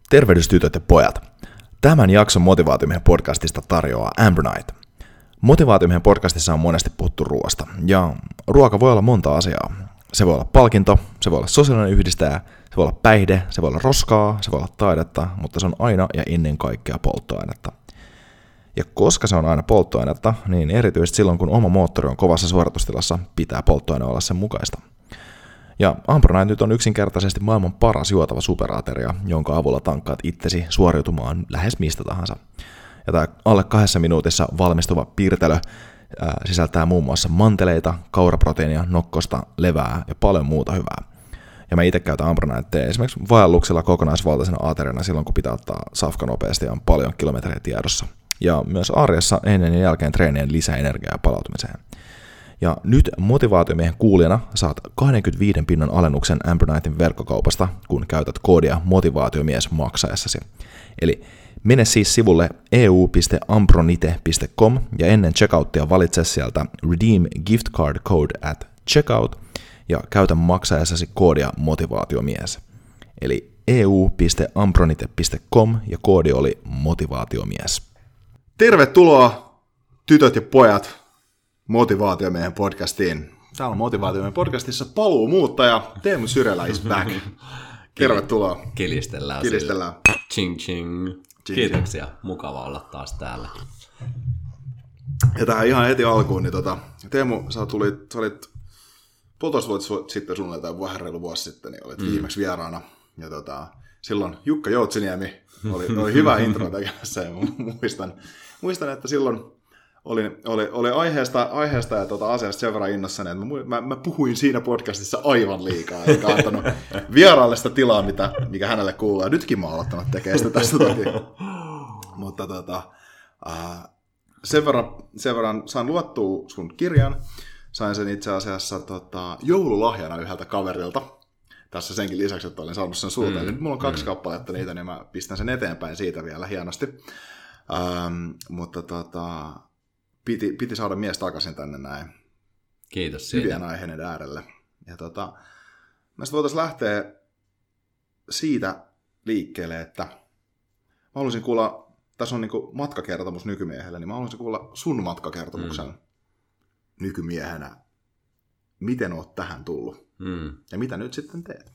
Tervehdys tytöt ja pojat. Tämän jakson Motivaatiomiehen podcastista tarjoaa Ambernight. Motivaatiomiehen podcastissa on monesti puhuttu ruoasta, ja ruoka voi olla monta asiaa. Se voi olla palkinto, se voi olla sosiaalinen yhdistäjä, se voi olla päihde, se voi olla roskaa, se voi olla taidetta, mutta se on aina ja ennen kaikkea polttoainetta. Ja koska se on aina polttoainetta, niin erityisesti silloin kun oma moottori on kovassa suoritustilassa, pitää polttoaine olla sen mukaista. Ja Ambernight nyt on yksinkertaisesti maailman paras juotava superateria, jonka avulla tankkaat itsesi suoriutumaan lähes mistä tahansa. Ja tämä alle 2 minuutissa valmistuva piirtelö sisältää muun muassa manteleita, kauraproteiinia, nokkosta, levää ja paljon muuta hyvää. Ja mä itse käytän Ambernightia esimerkiksi vaelluksilla kokonaisvaltaisena ateriana silloin, kun pitää ottaa safka nopeasti ja on paljon kilometrejä tiedossa. Ja myös arjessa ennen ja jälkeen treenien lisää energiaa palautumiseen. Ja nyt motivaatiomiehen kuulijana saat 25 pinnan alennuksen Ambernightin verkkokaupasta, kun käytät koodia motivaatiomies maksaessasi. Eli mene siis sivulle eu.ambronite.com ja ennen checkouttia valitse sieltä Redeem Gift Card Code at checkout ja käytä maksaessasi koodia motivaatiomies. Eli eu.ambronite.com ja koodi oli motivaatiomies. Tervetuloa tytöt ja pojat Motivaatiomiehen podcastiin. Täällä on Motivaatiomiehen podcastissa paluumuuttaja Teemu Syrjälä is back. Tervetuloa. Kilistellään. Ching ching. Kiitoksia. Mukava olla taas täällä. Ja tähän ihan heti alkuun, niin Teemu, sä olit puolitoista vuotta sitten suunnilleen tai vähän reilu vuosi sitten, niin olit viimeksi vieraana. Ja silloin Jukka Joutsiniemi oli hyvä intro tekemässä ja muistan, että silloin oli aiheesta ja asiasta sen verran innossani, että mä puhuin siinä podcastissa aivan liikaa, eikä antanut vieraalle sitä tilaa, mikä hänelle kuuluu. Ja nytkin mä oon aloittanut tekemään sitä tästä toki. Mutta sen verran sain luettua sun kirjan. Sain sen itse asiassa joululahjana yhdeltä kaverilta. Tässä senkin lisäksi, että olin saanut sen sulta. Nyt mulla on 2 kappaletta niitä, niin mä pistän sen eteenpäin siitä vielä hienosti. Mutta piti saada mies takaisin tänne näin. Kiitos siitä. Hyvien aiheiden äärelle. Ja mä sitten voitaisiin lähteä siitä liikkeelle, että mä haluaisin kuulla, tässä on niinku matkakertomus nykymiehelle, niin mä haluaisin kuulla sun matkakertomuksen nykymiehenä. Miten oot tähän tullut? Ja mitä nyt sitten teet?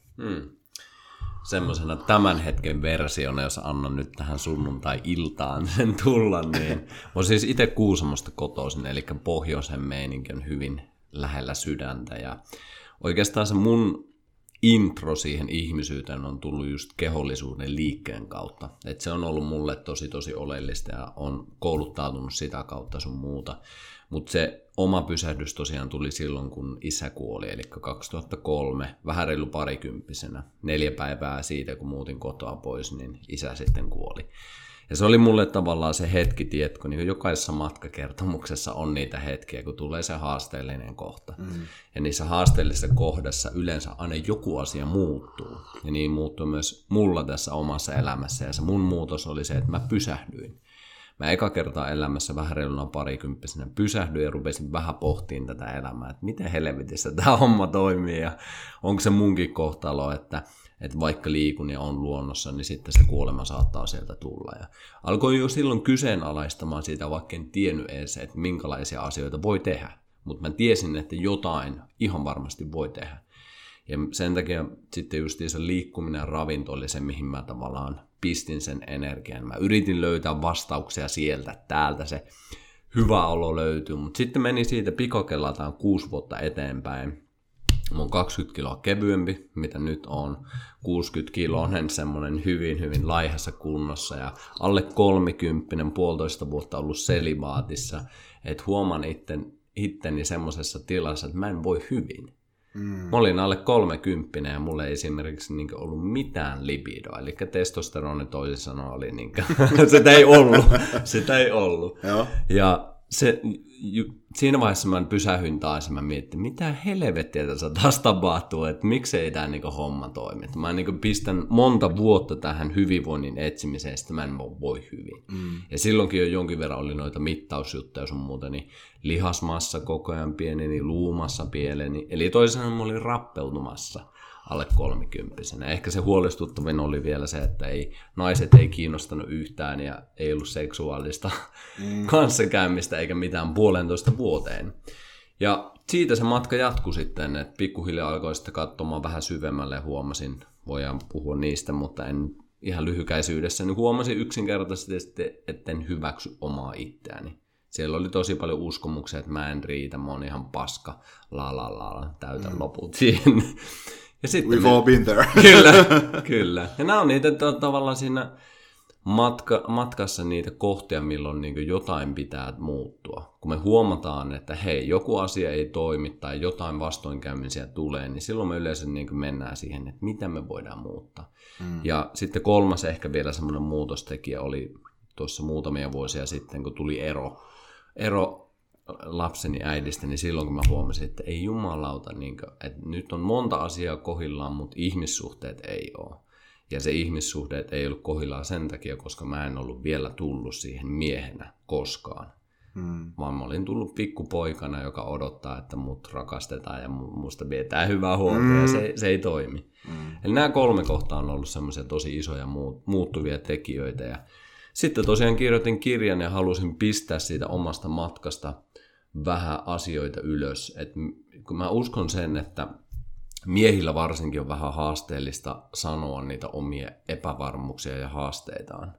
Semmoisena tämän hetken versiona, jos annan nyt tähän sunnuntai-iltaan sen tulla, niin mä oon siis itse Kuusamosta kotoisin, eli pohjoisen meininki on hyvin lähellä sydäntä. Ja oikeastaan se mun intro siihen ihmisyyteen on tullut just kehollisuuden liikkeen kautta. Et se on ollut mulle tosi oleellista ja on kouluttautunut sitä kautta sun muuta. Mutta se oma pysähdys tosiaan tuli silloin, kun isä kuoli, eli 2003, vähän reilu parikymppisenä. 4 päivää siitä, kun muutin kotoa pois, niin isä sitten kuoli. Ja se oli mulle tavallaan se hetki, tiedätkö, niin jokaisessa matkakertomuksessa on niitä hetkiä, kun tulee se haasteellinen kohta. Ja niissä haasteellisissa kohdassa yleensä aina joku asia muuttuu. Ja niin muuttui myös mulla tässä omassa elämässä. Ja se mun muutos oli se, että mä pysähdyin. Mä eka kertaa elämässä vähän reiluna parikymppisenä pysähdyin ja rupesin vähän pohtiin tätä elämää, että miten helvetissä tämä homma toimii ja onko se munkin kohtalo, että vaikka liikun ja on luonnossa, niin sitten se kuolema saattaa sieltä tulla. Ja alkoin jo silloin kyseenalaistamaan siitä, vaikka en tiennyt edes, että minkälaisia asioita voi tehdä, mutta mä tiesin, että jotain ihan varmasti voi tehdä. Ja sen takia sitten justiin se liikkuminen ja ravinto oli se, mihin mä tavallaan pistin sen energian. Mä yritin löytää vastauksia sieltä, täältä se hyvä olo löytyy, mutta sitten meni siitä pikokelataan 6 vuotta eteenpäin. Mä oon 20 kiloa kevyempi, mitä nyt on, 60-kiloinen, semmoinen hyvin laihassa kunnossa ja alle 30, 1,5 vuotta ollut selibaatissa, että huomaan itteni semmoisessa tilassa, että mä en voi hyvin. Mä olin alle 30 ja mulla ei esimerkiksi ollut mitään libidoa, eli testosteroni toisin sanoen oli sitä ei ollut. Joo. Ja siinä vaiheessa mä pysähdyin taas ja mä mietin, mitä helvettiä tässä taas tapahtuu, että miksei tämä homma toimi. Mä pistän monta vuotta tähän hyvinvoinnin etsimiseen, että mä en voi hyvin. Ja silloinkin jo jonkin verran oli noita mittausjuttuja sun muuta, niin lihasmassa koko ajan pieneni, luumassa pieneni. Eli toisin sanoen mä olin rappeutumassa. alle 30-vuotiaana. Ehkä se huolestuttavin oli vielä se, että naiset ei kiinnostanut yhtään ja ei ollut seksuaalista kanssakäymistä eikä mitään 1,5 vuoteen. Ja siitä se matka jatkui sitten, että pikkuhiljaa alkoi sitten katsomaan vähän syvemmälle ja huomasin, voidaan puhua niistä, mutta en ihan lyhykäisyydessä, niin huomasin yksinkertaisesti, etten hyväksy omaa itseäni. Siellä oli tosi paljon uskomuksia, että mä en riitä, mä oon ihan paska, täytän loput siihen. Ja sitten We've all been there. Kyllä. Ja nämä on niitä tavallaan siinä matkassa niitä kohtia, milloin niin jotain pitää muuttua. Kun me huomataan, että hei, joku asia ei toimi tai jotain vastoinkäymisiä tulee, niin silloin me yleensä niin mennään siihen, että mitä me voidaan muuttaa. Ja sitten kolmas ehkä vielä semmoinen muutostekijä oli tuossa muutamia vuosia sitten, kun tuli ero lapseni äidistä, niin silloin kun mä huomasin, että ei jumalauta, niin kuin, että nyt on monta asiaa kohdillaan, mutta ihmissuhteet ei ole. Ja se ihmissuhteet ei ollut kohdillaan sen takia, koska mä en ollut vielä tullut siihen miehenä koskaan. Vaan mä olin tullut pikkupoikana, joka odottaa, että mut rakastetaan ja musta pidetään hyvää huolta ja se ei toimi. Eli nämä 3 kohtaa on ollut semmoisia tosi isoja muuttuvia tekijöitä. Ja sitten tosiaan kirjoitin kirjan ja halusin pistää siitä omasta matkasta vähän asioita ylös. Et kun mä uskon sen, että miehillä varsinkin on vähän haasteellista sanoa niitä omia epävarmuuksia ja haasteitaan.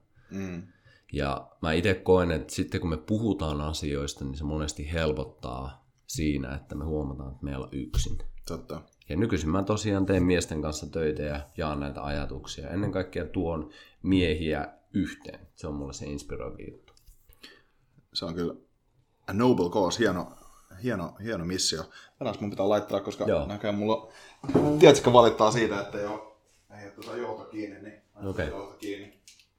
Ja mä itse koen, että sitten kun me puhutaan asioista, niin se monesti helpottaa siinä, että me huomataan, että me ei olla yksin. Totta. Ja nykyisin mä tosiaan teen miesten kanssa töitä ja jaan näitä ajatuksia. Ennen kaikkea tuon miehiä yhteen. Se on mulle se inspiroiva juttu. Se on kyllä a noble cause, hieno missio. Tänään mun pitää laittaa, koska näköjään mulla tiedätkö valittaa siitä, että ei ole johto kiinni, niin johto kiinni.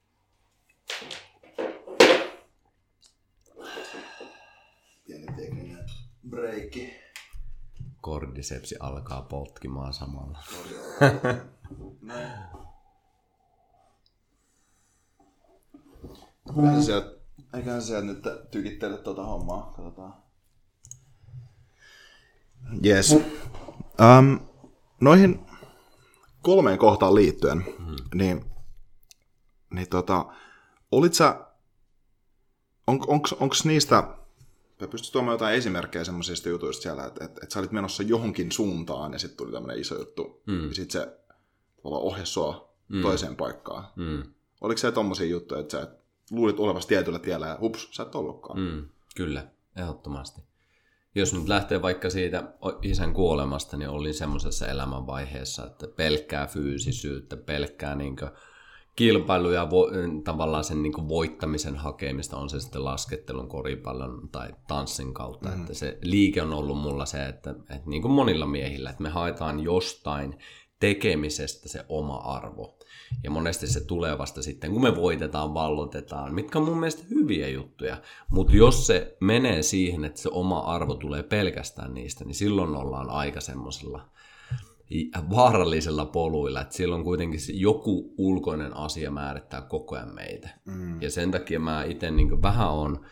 Pieni tekninen breikki. Kordisepsi alkaa potkimaan samalla. Eiköhän se sieltä nyt tykittele tuota hommaa. Katsotaan. Yes. Noihin 3 kohtaan liittyen, niin olit sä, onko niistä, pystyt tuomaan jotain esimerkkejä semmoisista jutuista siellä, että sä olit menossa johonkin suuntaan ja sitten tuli tämmöinen iso juttu, ja sitten se ohjasi sua toiseen paikkaan. Oliko se tommosia juttuja, että sä luulit olevasi tietyllä tiellä ja hups, sä et ollutkaan? Kyllä, ehdottomasti. Jos nyt lähtee vaikka siitä isän kuolemasta, niin olin semmoisessa elämänvaiheessa, että pelkkää fyysisyyttä, pelkkää niinkö kilpailuja, tavallaan sen niinkö voittamisen hakemista, on se sitten laskettelun, koripallon tai tanssin kautta. Että se liike on ollut mulla se, että niin kuin monilla miehillä, että me haetaan jostain tekemisestä se oma arvo. Ja monesti se tulee vasta sitten, kun me voitetaan, vallotetaan, mitkä on mun mielestä hyviä juttuja. Mutta jos se menee siihen, että se oma arvo tulee pelkästään niistä, niin silloin ollaan aika semmoisella vaarallisella poluilla. Että silloin kuitenkin joku ulkoinen asia määrittää koko ajan meitä. Ja sen takia mä itse niin vähän on,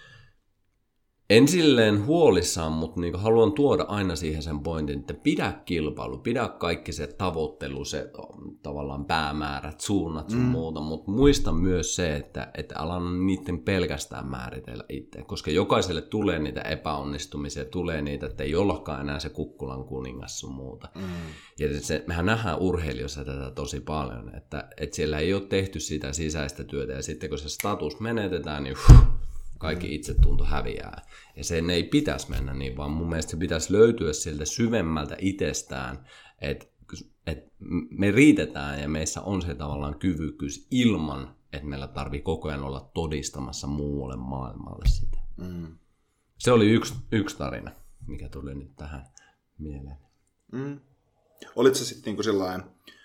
en silleen huolissaan, mutta niin haluan tuoda aina siihen sen pointin, että pidä kilpailu, pidä kaikki se tavoittelu, se tavallaan päämäärät, suunnat sun muuta, mutta muista myös se, että älä niiden pelkästään määritellä itse, koska jokaiselle tulee niitä epäonnistumisia, tulee niitä, että ei ollakaan enää se kukkulan kuningas sun muuta. Ja mehän nähdään urheilijoissa tätä tosi paljon, että siellä ei ole tehty sitä sisäistä työtä, ja sitten kun se status menetetään, niin kaikki itsetunto häviää. Ja sen ei pitäisi mennä niin, vaan mun mielestä se pitäisi löytyä sieltä syvemmältä itsestään, että me riitetään ja meissä on se tavallaan kyvykkyys ilman, että meillä tarvii koko ajan olla todistamassa muulle maailmalle sitä. Se oli yksi tarina, mikä tuli nyt tähän mieleen. Olit sä sitten niinku sellainen,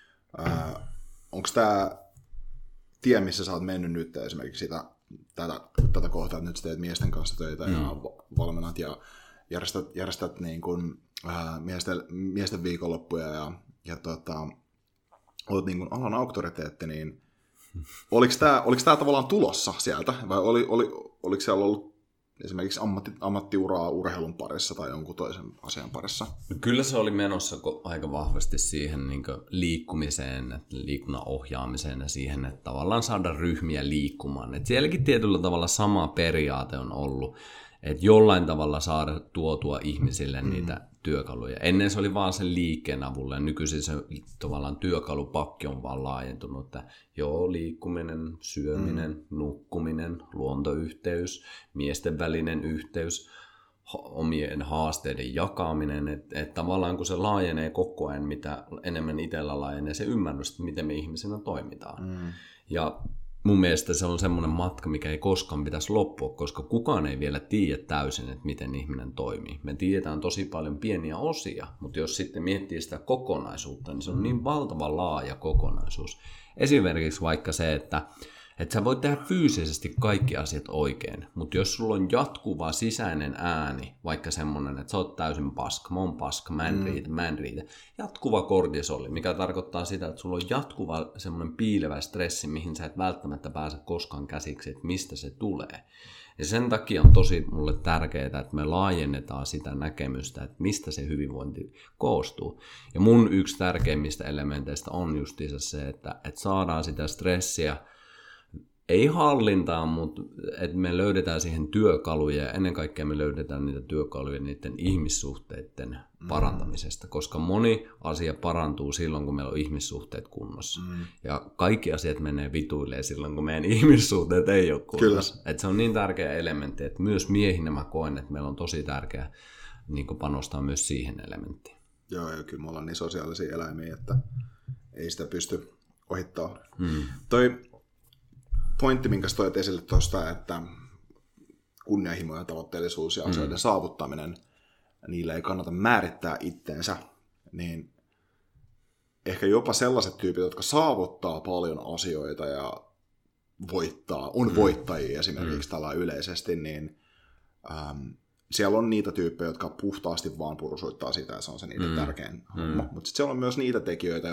onko tämä tie, missä sä oot mennyt nyt esimerkiksi tätä kohtaa, että nyt sä teet miesten kanssa töitä ja valmennat ja järjestät niin kuin, miesten viikonloppuja ja olet niin kuin alan auktoriteetti, niin oliko tämä tavallaan tulossa sieltä vai oliko siellä ollut esimerkiksi ammattiuraa urheilun parissa tai jonkun toisen asian parissa? Kyllä se oli menossa aika vahvasti siihen niin liikkumiseen, liikunnan ohjaamiseen ja siihen, että tavallaan saada ryhmiä liikkumaan. Et sielläkin tietyllä tavalla sama periaate on ollut, että jollain tavalla saada tuotua ihmisille niitä työkaluja. Ennen se oli vaan sen liikkeen avulla ja nykyisin se tavallaan työkalupakki on vaan laajentunut, että liikkuminen, syöminen, nukkuminen, luontoyhteys, miesten välinen yhteys, omien haasteiden jakaminen, että tavallaan kun se laajenee koko ajan, mitä enemmän itsellä laajenee se ymmärrys, että miten me ihmisinä toimitaan. Ja mun mielestä se on semmoinen matka, mikä ei koskaan pitäisi loppua, koska kukaan ei vielä tiedä täysin, että miten ihminen toimii. Me tiedetään tosi paljon pieniä osia, mutta jos sitten miettii sitä kokonaisuutta, niin se on niin valtavan laaja kokonaisuus. Esimerkiksi vaikka se, että sä voit tehdä fyysisesti kaikki asiat oikein, mutta jos sulla on jatkuva sisäinen ääni, vaikka semmoinen, että sä oot täysin paska, mä oon paska, mä en riitä. Jatkuva kortisoli, mikä tarkoittaa sitä, että sulla on jatkuva semmoinen piilevä stressi, mihin sä et välttämättä pääse koskaan käsiksi, että mistä se tulee. Ja sen takia on tosi mulle tärkeää, että me laajennetaan sitä näkemystä, että mistä se hyvinvointi koostuu. Ja mun yksi tärkeimmistä elementeistä on justiinsa se, että saadaan sitä stressiä, ei hallintaan, mutta että me löydetään siihen työkaluja ja ennen kaikkea me löydetään niitä työkaluja niiden ihmissuhteiden parantamisesta, koska moni asia parantuu silloin, kun meillä on ihmissuhteet kunnossa. Ja kaikki asiat menee vituilleen silloin, kun meidän ihmissuhteet ei ole kunnossa. Että se on niin tärkeä elementti, että myös miehinä mä koen, että meillä on tosi tärkeää niin panostaa myös siihen elementtiin. Joo, ja kyllä me ollaan niin sosiaalisia eläimiä, että ei sitä pysty ohittamaan. Toi pointti, minkä sä toit esille tuosta, että kunnianhimo ja tavoitteellisuus ja asioiden saavuttaminen, niillä ei kannata määrittää itteensä, niin ehkä jopa sellaiset tyypit, jotka saavuttaa paljon asioita ja on voittajia esimerkiksi tällä yleisesti, niin siellä on niitä tyyppejä, jotka puhtaasti vaan pursuittaa sitä, ja se on se niiden tärkein homma. Mutta sitten siellä on myös niitä tekijöitä,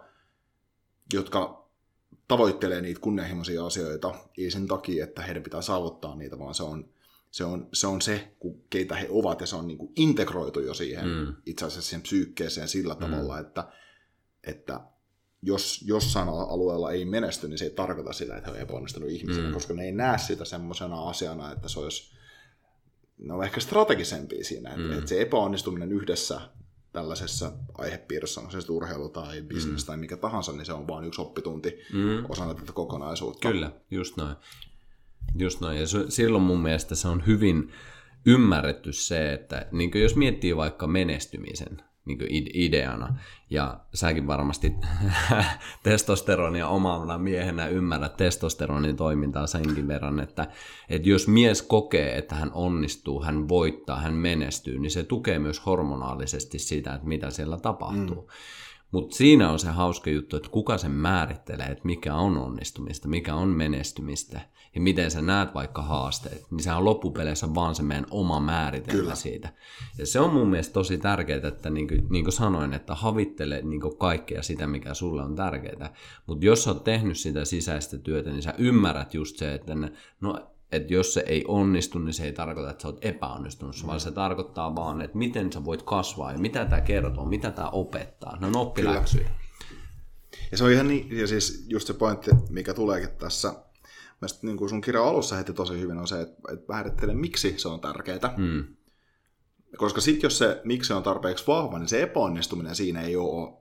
jotka tavoittelee niitä kunnianhimoisia asioita, ei sen takia, että heidän pitää saavuttaa niitä, vaan se on se, keitä he ovat, ja se on niin kuin integroitu jo siihen itse asiassa siihen psyykkeeseen sillä tavalla, että jos jossain alueella ei menesty, niin se ei tarkoita sitä, että he on epäonnistunut ihmisenä, koska ne ei näe sitä semmoisena asiana, että se olisi ehkä strategisempia siinä, että se epäonnistuminen yhdessä tällaisessa aihepiirissä, on se urheilu tai business tai mikä tahansa, niin se on vain yksi oppitunti osana tätä kokonaisuutta. Kyllä, just noin. Ja silloin mun mielestä se on hyvin ymmärretty se, että niin jos miettii vaikka menestymisen niin ideana, ja säkin varmasti testosteronia omana miehenä ymmärrät testosteronin toimintaa senkin verran, että jos mies kokee, että hän onnistuu, hän voittaa, hän menestyy, niin se tukee myös hormonaalisesti sitä, että mitä siellä tapahtuu. Mutta siinä on se hauska juttu, että kuka sen määrittelee, että mikä on onnistumista, mikä on menestymistä ja miten sä näet vaikka haasteet, niin sehän on loppupeleissä vaan se meidän oma määritelmä siitä. Ja se on mun mielestä tosi tärkeää, että niin kuin sanoin, että havittele niin kaikkea sitä, mikä sulle on tärkeää. Mutta jos sä oot tehnyt sitä sisäistä työtä, niin sä ymmärrät just se, että että jos se ei onnistu, niin se ei tarkoita, että sä oot epäonnistunut, vaan se tarkoittaa vaan, että miten sä voit kasvaa ja mitä tämä kertoo, mitä tämä opettaa. Ne on oppiläksyjä. Ja se on ihan niin, ja siis just se pointti, mikä tuleekin tässä, mielestäni niin kuin sun kirjan alussa heti tosi hyvin on se, että määrittelee, miksi se on tärkeää. Koska sitten jos se miksi on tarpeeksi vahva, niin se epäonnistuminen siinä ei ole,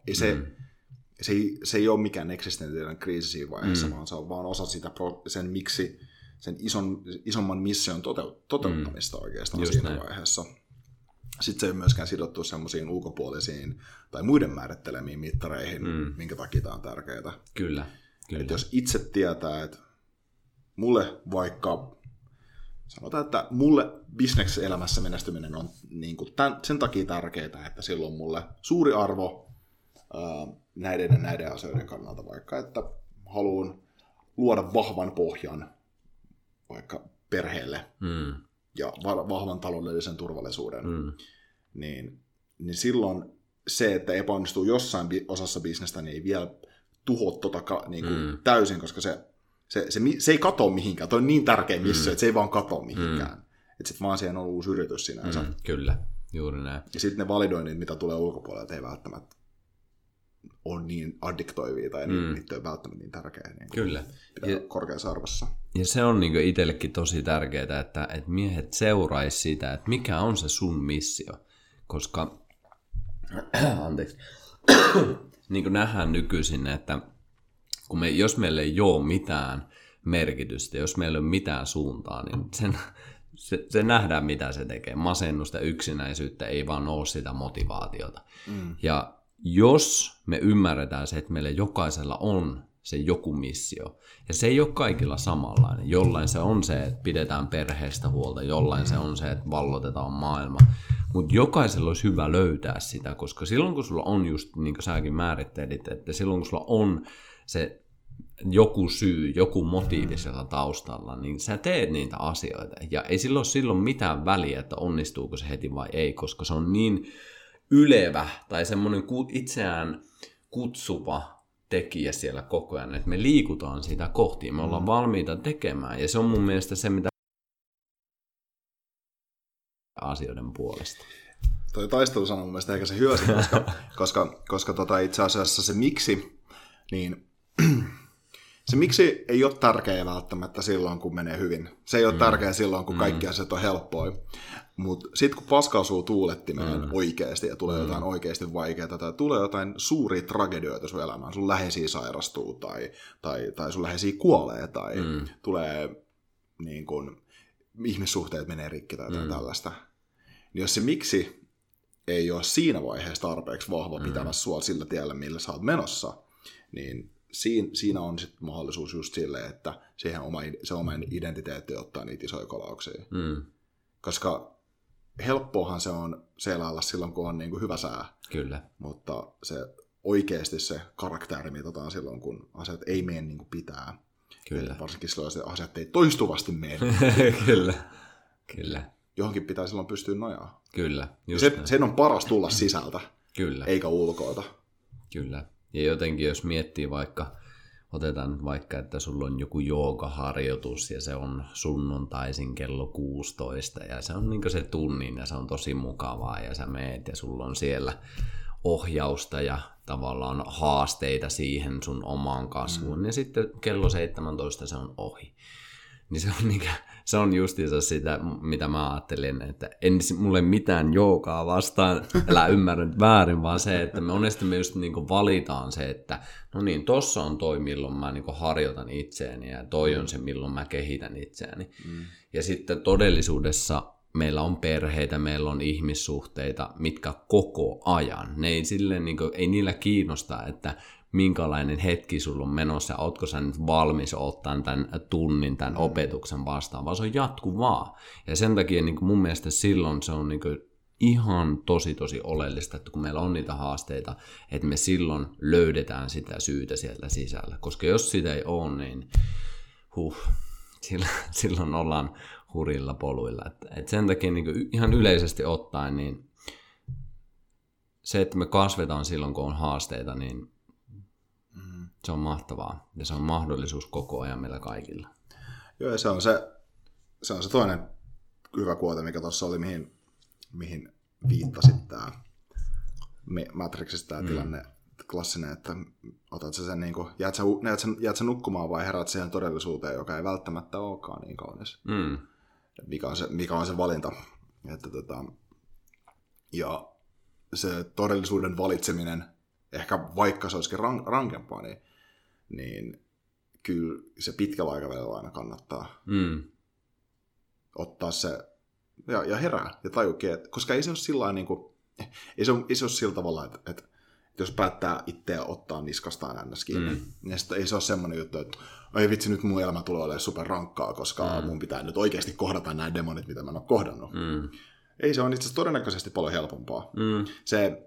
se ei ole mikään eksistentiaalinen kriisi siinä vaiheessa, vaan se on vaan osa sitä, sen miksi, sen isomman mission toteuttamista oikeastaan just siinä vaiheessa. Sitten se ei myöskään sidottu semmoisiin ulkopuolisiin tai muiden määrittelemiin mittareihin, minkä takia tämä on tärkeää. Kyllä. Että jos itse tietää, että mulle vaikka, sanotaan, että mulle bisneselämässä menestyminen on niin kuin sen takia tärkeää, että silloin mulle suuri arvo näiden ja näiden asioiden kannalta, vaikka että haluan luoda vahvan pohjan vaikka perheelle ja vahvan taloudellisen turvallisuuden, niin silloin se, että epäonnistuu jossain osassa bisnestä, niin ei vielä tuhoa niin kuin täysin, koska se ei katoa mihinkään. Tuo on niin tärkeä missio, että se ei vaan katoa mihinkään. Että sitten vaan siihen on uusi yritys sinänsä. Kyllä, juuri näin. Ja sitten ne validoinnit, mitä tulee ulkopuolelta, ei välttämättä ole niin addiktoivia tai niitä ei välttämättä niin tärkeää. Niin kyllä. Pitää olla korkeassa arvossa. Ja se on niin itsellekin tosi tärkeää, että miehet seuraisi sitä, että mikä on se sun missio. Koska, anteeksi, niin kuin nähdään nykyisin, että jos meillä ei ole mitään merkitystä, jos meillä ei ole mitään suuntaa, niin se nähdään, mitä se tekee. Masennusta, yksinäisyyttä, ei vaan ole sitä motivaatiota. Ja jos me ymmärretään se, että meillä jokaisella on se joku missio, ja se ei ole kaikilla samanlainen. Jollain se on se, että pidetään perheestä huolta, jollain se on se, että vallotetaan maailma. Mutta jokaisella olisi hyvä löytää sitä, koska silloin kun sulla on just, niin kuin säkin määrittelit, että silloin kun sulla on se joku syy, joku motiivi siellä taustalla, niin sä teet niitä asioita. Ja ei silloin mitään väliä, että onnistuuko se heti vai ei, koska se on niin ylevä tai semmoinen itseään kutsuva tekijä siellä koko ajan, että me liikutaan sitä kohti, me ollaan valmiita tekemään. Ja se on mun mielestä se, mitä asioiden puolesta. Toi taistelusana on mun mielestä ehkä se hyösi, koska itse asiassa se miksi, niin se miksi ei ole tärkeä välttämättä silloin, kun menee hyvin. Se ei ole tärkeä silloin, kun kaikki asiat on helppoja. Mutta sitten kun paska osuu tuulettimeen oikeasti ja tulee jotain oikeasti vaikeaa tai tulee jotain suuria tragedioita sun elämään, sun läheisiä sairastuu tai sun läheisiä kuolee tai tulee niin kun, ihmissuhteet menee rikki tai tällaista. Niin jos se miksi ei ole siinä vaiheessa tarpeeksi vahva pitämässä sua sillä tiellä, millä sä oot menossa, niin siinä on sitten mahdollisuus just silleen, että se oma identiteetti ottaa niitä isoja kolauksia. Koska helppoahan se on seilailla silloin, kun on niin kuin hyvä sää. Kyllä. Mutta oikeasti se karakteri mitataan silloin, kun asiat ei mene niin kuin pitää. Kyllä. Varsinkin silloin, jos asiat ei toistuvasti mene. Kyllä. Johonkin pitää silloin pystyä nojaa. Kyllä. Sen on paras tulla sisältä, Kyllä. eikä ulkoilta. Kyllä. Ja jotenkin jos miettii otetaan nyt vaikka, että sulla on joku joogaharjoitus ja se on sunnuntaisin kello 16 ja se on niin se tunnin ja se on tosi mukavaa ja sä meet ja sulla on siellä ohjausta ja tavallaan haasteita siihen sun omaan kasvuun ja sitten kello 17 se on ohi. Niin se on justiinsa sitä, mitä mä ajattelin, että mulle mitään joogaa vastaan, älä ymmärrä nyt väärin, vaan se, että me just niin valitaan se, että no niin, tossa on toi, milloin mä niin harjoitan itseäni ja toi on se, milloin mä kehitän itseäni. Ja sitten todellisuudessa meillä on perheitä, meillä on ihmissuhteita, mitkä koko ajan, ne ei silleen, ei niillä kiinnosta, että minkälainen hetki sulla on menossa, ootko sä nyt valmis ottaa tämän tunnin, tämän opetuksen vastaan, vaan se on jatkuvaa. Ja sen takia niin mun mielestä silloin se on niin ihan tosi oleellista, että kun meillä on niitä haasteita, että me silloin löydetään sitä syytä sieltä sisällä. Koska jos sitä ei ole, niin silloin ollaan hurilla poluilla. Et sen takia niin ihan yleisesti ottaen, niin se, että me kasvetaan silloin, kun on haasteita, niin se on mahtavaa ja se on mahdollisuus koko ajan meillä kaikilla. Joo, ja se on se toinen hyvä kuote, mikä tuossa oli, mihin viittasit tämä Matrixista tämä tilanne, klassinen, että otat sä sen, niin kuin, jäät sä nukkumaan vai herät siihen todellisuuteen, joka ei välttämättä olekaan niin kaunis. Mikä on se valinta. Että, ja se todellisuuden valitseminen, ehkä vaikka se olisikin rankempaa, niin kyllä se pitkällä aikavälillä aina kannattaa ottaa se ja herää ja tajuukin, koska ei se ole sillä niin kuin, ei se ole sillä tavalla, että jos päättää itseä ottaa niskastaan ns. Kiinni, niin ei se ole semmoinen juttu, että ei vitsi, nyt mun elämä tulee olemaan superrankkaa, koska mun pitää nyt oikeasti kohdata nämä demonit, mitä mä en ole kohdannut. Ei, se on itse asiassa todennäköisesti paljon helpompaa. Se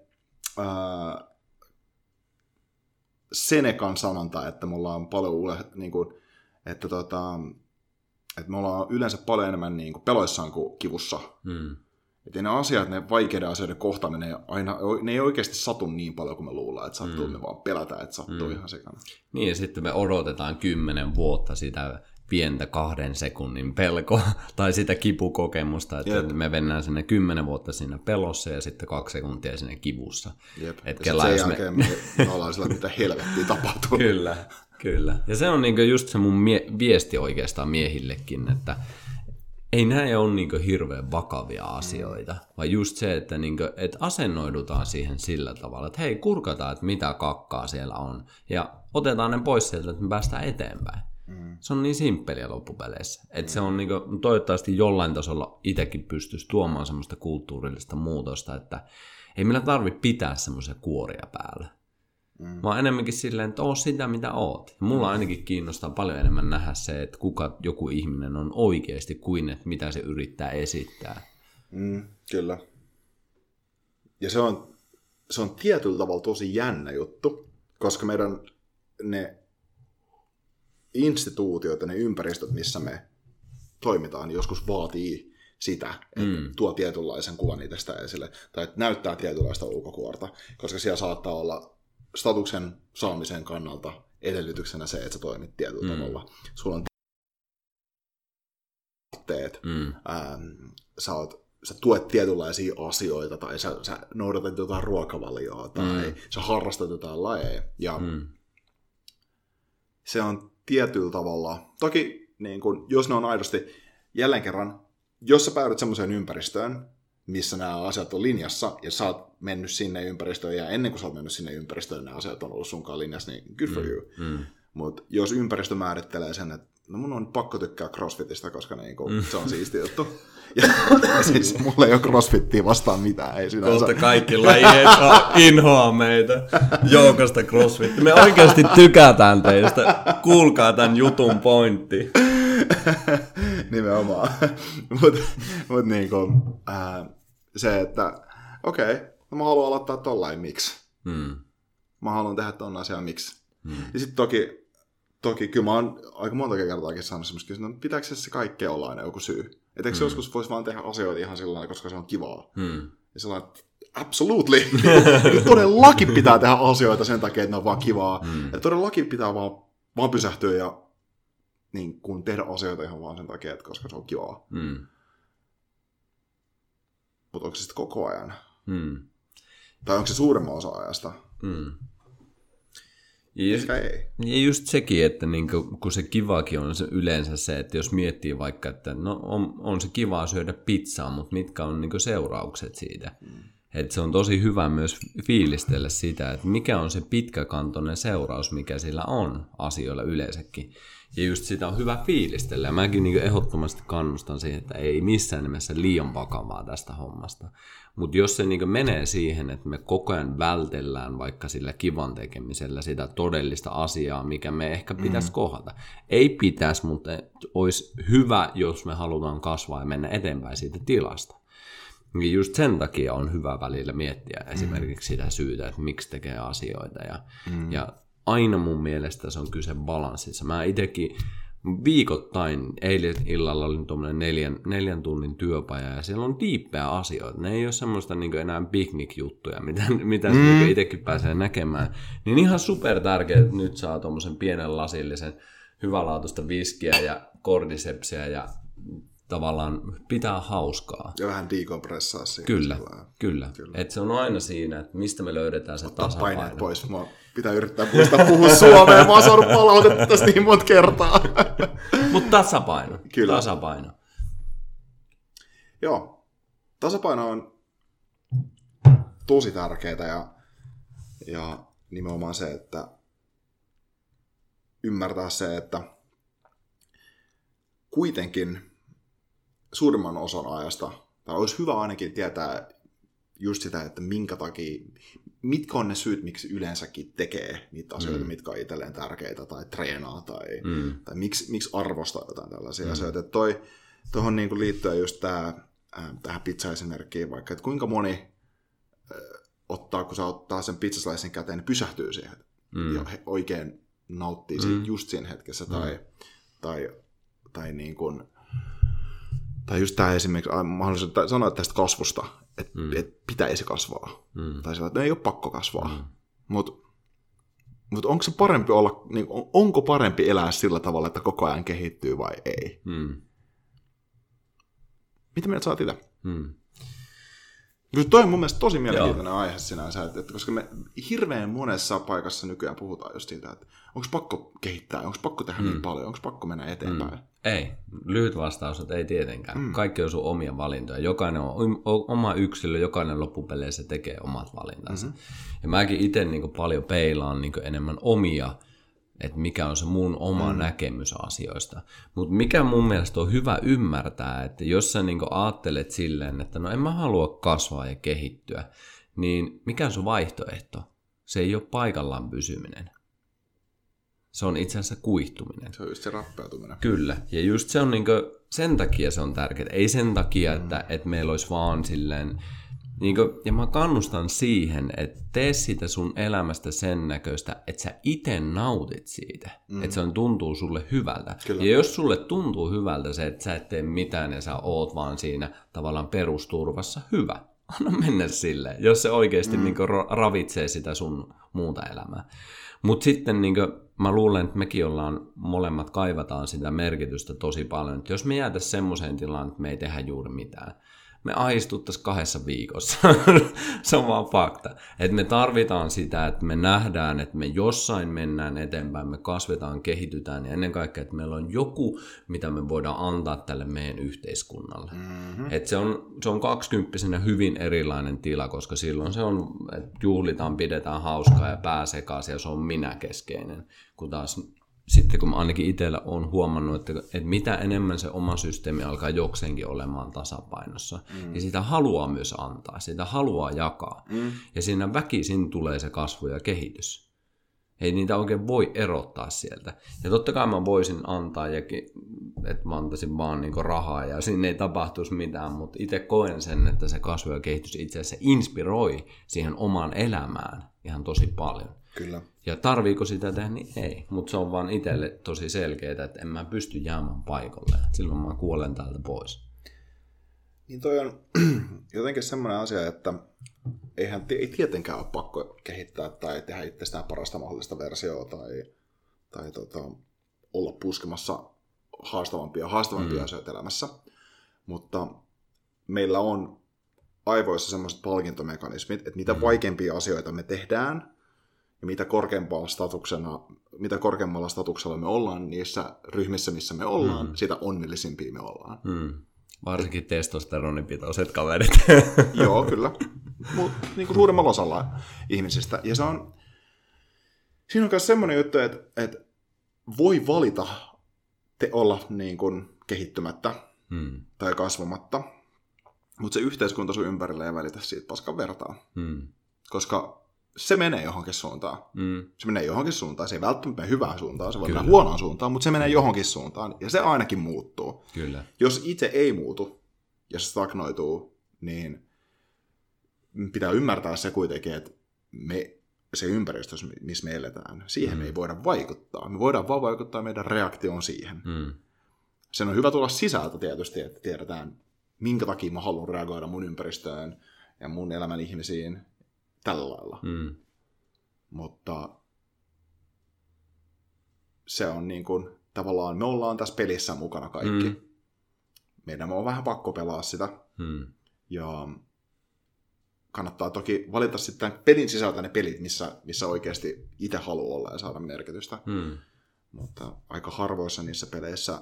Senecan sanonta, että me ollaan paljon niin kuin, että me ollaan yleensä paljon enemmän niin kuin peloissaan kuin kivussa. Että ne asiat, ne vaikeiden asioiden kohtaaminen, ne ei oikeasti satu niin paljon kuin me luullaan, että sattuu, me vaan pelätään, että sattuu ihan sekana. Niin, ja sitten me odotetaan 10 vuotta sitä pientä 2 sekunnin pelkoa tai sitä kipukokemusta, että me mennään sinne 10 vuotta siinä pelossa ja sitten 2 sekuntia siinä kivussa. Jep. Et ja sen jälkeen me ollaan sillä, mitä helvettiä tapahtuu. Kyllä. Ja se on niinku just se mun viesti oikeastaan miehillekin, että ei näin ole niinku hirveän vakavia asioita, vaan just se, että niinku, et asennoidutaan siihen sillä tavalla, että hei, kurkataan, että mitä kakkaa siellä on, ja otetaan ne pois sieltä, että me päästään eteenpäin. Se on niin simppeliä loppupeleissä. Että se on niinku, toivottavasti jollain tasolla itsekin pystyisi tuomaan semmoista kulttuurillista muutosta, että ei meillä tarvitse pitää semmoisia kuoria päällä. Vaan enemmänkin silleen, että oo sitä mitä oot. Ja mulla ainakin kiinnostaa paljon enemmän nähdä se, että kuka joku ihminen on oikeasti kuin, että mitä se yrittää esittää. Kyllä. Ja se on tietyllä tavalla tosi jännä juttu, koska meidän ne instituutiot ja ne ympäristöt, missä me toimitaan, joskus vaatii sitä, että tuo tietynlaisen kuvan itsestä esille, tai että näyttää tietynlaista ulkokuorta, koska siellä saattaa olla statuksen saamisen kannalta edellytyksenä se, että sä toimit tietyllä tavalla. Sulla on teet, sä tuet tietynlaisia asioita, tai sä noudatat jotain ruokavalioa, tai sä harrastat jotain lajeja. Ja se on tietyllä tavalla, toki niin kun, jos ne on aidosti, jälleen kerran, jos sä päädyt semmoiseen ympäristöön, missä nämä asiat on linjassa, ja sä oot mennyt sinne ympäristöön, ja ennen kuin sä oot mennyt sinne ympäristöön, nämä asiat on ollut sunkaan linjassa, niin good for you. Mutta jos ympäristö määrittelee sen, että no mun on pakko tykkää CrossFitista, koska niinku, se on siisti juttu. Ja siis mulla ei ole CrossFittia vastaan mitään, ei sinänsä. Kohta kaikki lajit inhoaa meitä joukosta CrossFit. Me oikeasti tykätään teistä. Kuulkaa tämän jutun pointti. Nimenomaan. Mut niinku, se, että okei, no mä haluan aloittaa tollain, miksi? Mä haluan tehdä ton asian, miksi? Ja sit toki kyllä mä oon aika monta kertaakin saanut semmoista kysyä, että pitääkö se kaikkea olla aina joku syy? Että eikö joskus voisi vaan tehdä asioita ihan sillä lailla, koska se on kivaa? Ja sellainen, että absolutely! Todellakin pitää tehdä asioita sen takia, että ne on vaan kivaa. Ja todellakin pitää vaan pysähtyä ja niin kun tehdä asioita ihan vaan sen takia, että koska se on kivaa. Mutta onko se sitten koko ajan? Tai onko se suuremman osa ajasta? Ja just sekin, että niinku, kun se kivakin on se yleensä se, että jos miettii vaikka, että no on se kivaa syödä pizzaa, mutta mitkä on niinku seuraukset siitä. Että se on tosi hyvä myös fiilistellä sitä, että mikä on se pitkäkantoinen seuraus, mikä sillä on asioilla yleensäkin. Ja just sitä on hyvä fiilistellä. Ja mäkin niinku ehdottomasti kannustan siihen, että ei missään nimessä liian vakavaa tästä hommasta. Mutta jos se niinku menee siihen, että me koko ajan vältellään vaikka sillä kivan tekemisellä sitä todellista asiaa, mikä me ehkä pitäisi kohdata. Ei pitäisi, mutta olisi hyvä, jos me halutaan kasvaa ja mennä eteenpäin siitä tilasta. Ja just sen takia on hyvä välillä miettiä esimerkiksi sitä syytä, että miksi tekee asioita. Ja aina mun mielestä se on kyse balanssissa. Mä itsekin viikoittain, eilen illalla oli tuommoinen 4 tunnin työpaja, ja siellä on diippejä asioita. Ne ei ole semmoista niin enää picnic-juttuja, mitä niin itsekin pääsee näkemään. Niin ihan super tärkeää, että nyt saa tuommoisen pienen lasillisen hyvälaatuista viskiä ja kordisepsiä ja tavallaan pitää hauskaa. Ja vähän dekompressaa siihen. Kyllä. Että se on aina siinä, että mistä me löydetään se tasapaino. Paineet pois. Mua pitää yrittää muistaa puhua suomea. Mä oon saanut palautetta tästä niin monta kertaa. Mutta tasapaino. Kyllä. Tasapaino. Joo. Tasapaino on tosi tärkeää ja nimenomaan se, että ymmärtää se, että kuitenkin suurimman osan ajasta, tai olisi hyvä ainakin tietää just sitä, että minkä takia, mitkä on ne syyt, miksi yleensäkin tekee niitä asioita, mitkä on itselleen tärkeitä, tai treenaa, tai miksi arvostaa jotain tällaisia asioita. Tuohon niin liittyen just tähän pizza-esimerkkiin vaikka, että kuinka moni kun se ottaa sen pizzaslicen käteen, niin pysähtyy siihen ja oikein nauttii siitä just siinä hetkessä, tai niin kuin, tai just tämä esimerkiksi, mä haluaisin sanoa tästä kasvusta, että pitäisi kasvaa. Tai sillä, että ei ole pakko kasvaa. Mutta Mutta onko se parempi olla, niin, onko parempi elää sillä tavalla, että koko ajan kehittyy vai ei? Mitä mieltä sä oot itse? Toi on mun mielestä tosi mielenkiintoinen aihe sinänsä, että koska me hirveän monessa paikassa nykyään puhutaan just siitä, että onko pakko kehittää, onko pakko tehdä niin paljon, onko pakko mennä eteenpäin? Ei. Lyhyt vastaus, että ei tietenkään. Kaikki on sun omia valintoja. Jokainen on oma yksilö, jokainen loppupeleissä tekee omat valintansa. Ja mäkin itse niin paljon peilaan niin enemmän omia, että mikä on se mun oma näkemys asioista. Mutta mikä mun mielestä on hyvä ymmärtää, että jos sä niin ajattelet silleen, että no en mä halua kasvaa ja kehittyä, niin mikä on sun vaihtoehto? Se ei ole paikallaan pysyminen. Se on itse asiassa kuihtuminen. Se on just se rappeutuminen. Kyllä. Ja just se on niinku, sen takia se on tärkeää. Ei sen takia, että meillä olisi vaan silleen... Niinku, ja mä kannustan siihen, että tee siitä sun elämästä sen näköistä, että sä itse nautit siitä. Että se tuntuu sulle hyvältä. Kyllä. Ja jos sulle tuntuu hyvältä se, että sä et tee mitään ja sä oot vaan siinä tavallaan perusturvassa, hyvä. Anna mennä silleen, jos se oikeasti niinku ravitsee sitä sun muuta elämää. Mutta sitten niin mä luulen, että mekin molemmat kaivataan sitä merkitystä tosi paljon. Että jos me jäätäisiin semmoiseen tilaan, että me ei tehdä juuri mitään, me ahdistuttaisiin 2 viikossa. Se on vaan fakta. Että me tarvitaan sitä, että me nähdään, että me jossain mennään eteenpäin, me kasvetaan, kehitytään ja ennen kaikkea, että meillä on joku, mitä me voidaan antaa tälle meidän yhteiskunnalle. Että se on 20-vuotiaana hyvin erilainen tila, koska silloin se on, että juhlitaan, pidetään hauskaa ja pää sekaisin ja se on minäkeskeinen, kun taas sitten kun mä ainakin itsellä olen huomannut, että mitä enemmän se oma systeemi alkaa jokseenkin olemaan tasapainossa, niin sitä haluaa myös antaa, sitä haluaa jakaa. Ja siinä väkisin tulee se kasvu ja kehitys. Ei niitä oikein voi erottaa sieltä. Ja totta kai mä voisin antaa, että mä antaisin vaan niinku rahaa ja sinne ei tapahtuisi mitään, mutta itse koen sen, että se kasvu ja kehitys itse asiassa inspiroi siihen omaan elämään ihan tosi paljon. Kyllä. Ja tarviiko sitä tehdä, niin ei. Mutta se on vaan itselle tosi selkeää, että en mä pysty jäämään paikalle. Silloin mä kuolen täältä pois. Niin toi on jotenkin semmoinen asia, että ei tietenkään ole pakko kehittää tai tehdä itsestään parasta mahdollista versioa tai olla puskemassa haastavampia asioita elämässä. Mutta meillä on aivoissa semmoiset palkintomekanismit, että mitä vaikeampia asioita me tehdään, ja mitä korkeammalla statuksella me ollaan niissä ryhmissä, missä me ollaan, sitä onnellisimpia me ollaan. Varsinkin testosteronipitoiset kaverit. Joo, kyllä. Mutta niin kuin suurimmalla osalla ihmisistä. Ja siinä on myös semmoinen juttu, että voi valita olla niin kuin kehittymättä tai kasvamatta, mutta se yhteiskunta sun ympärillä ei välitä siitä paskan vertaa. Koska se menee johonkin suuntaan. Se menee johonkin suuntaan. Se ei välttämättä mene hyvään suuntaan, se voi mennä huonoon suuntaan, mutta se menee johonkin suuntaan. Ja se ainakin muuttuu. Kyllä. Jos itse ei muutu, jos se stagnoituu, niin pitää ymmärtää se kuitenkin, että se ympäristö, missä me eletään, siihen me ei voida vaikuttaa. Me voidaan vaan vaikuttaa meidän reaktioon siihen. Sen on hyvä tulla sisältä tietysti, että tiedetään, minkä takia mä haluan reagoida mun ympäristöön ja mun elämän ihmisiin tällä lailla. Mutta se on niin kuin, tavallaan me ollaan tässä pelissä mukana kaikki. Meidän on vähän pakko pelaa sitä. Ja kannattaa toki valita sitten pelin sisältä ne pelit, missä oikeasti itse haluaa olla ja saada merkitystä. Mutta aika harvoissa niissä peleissä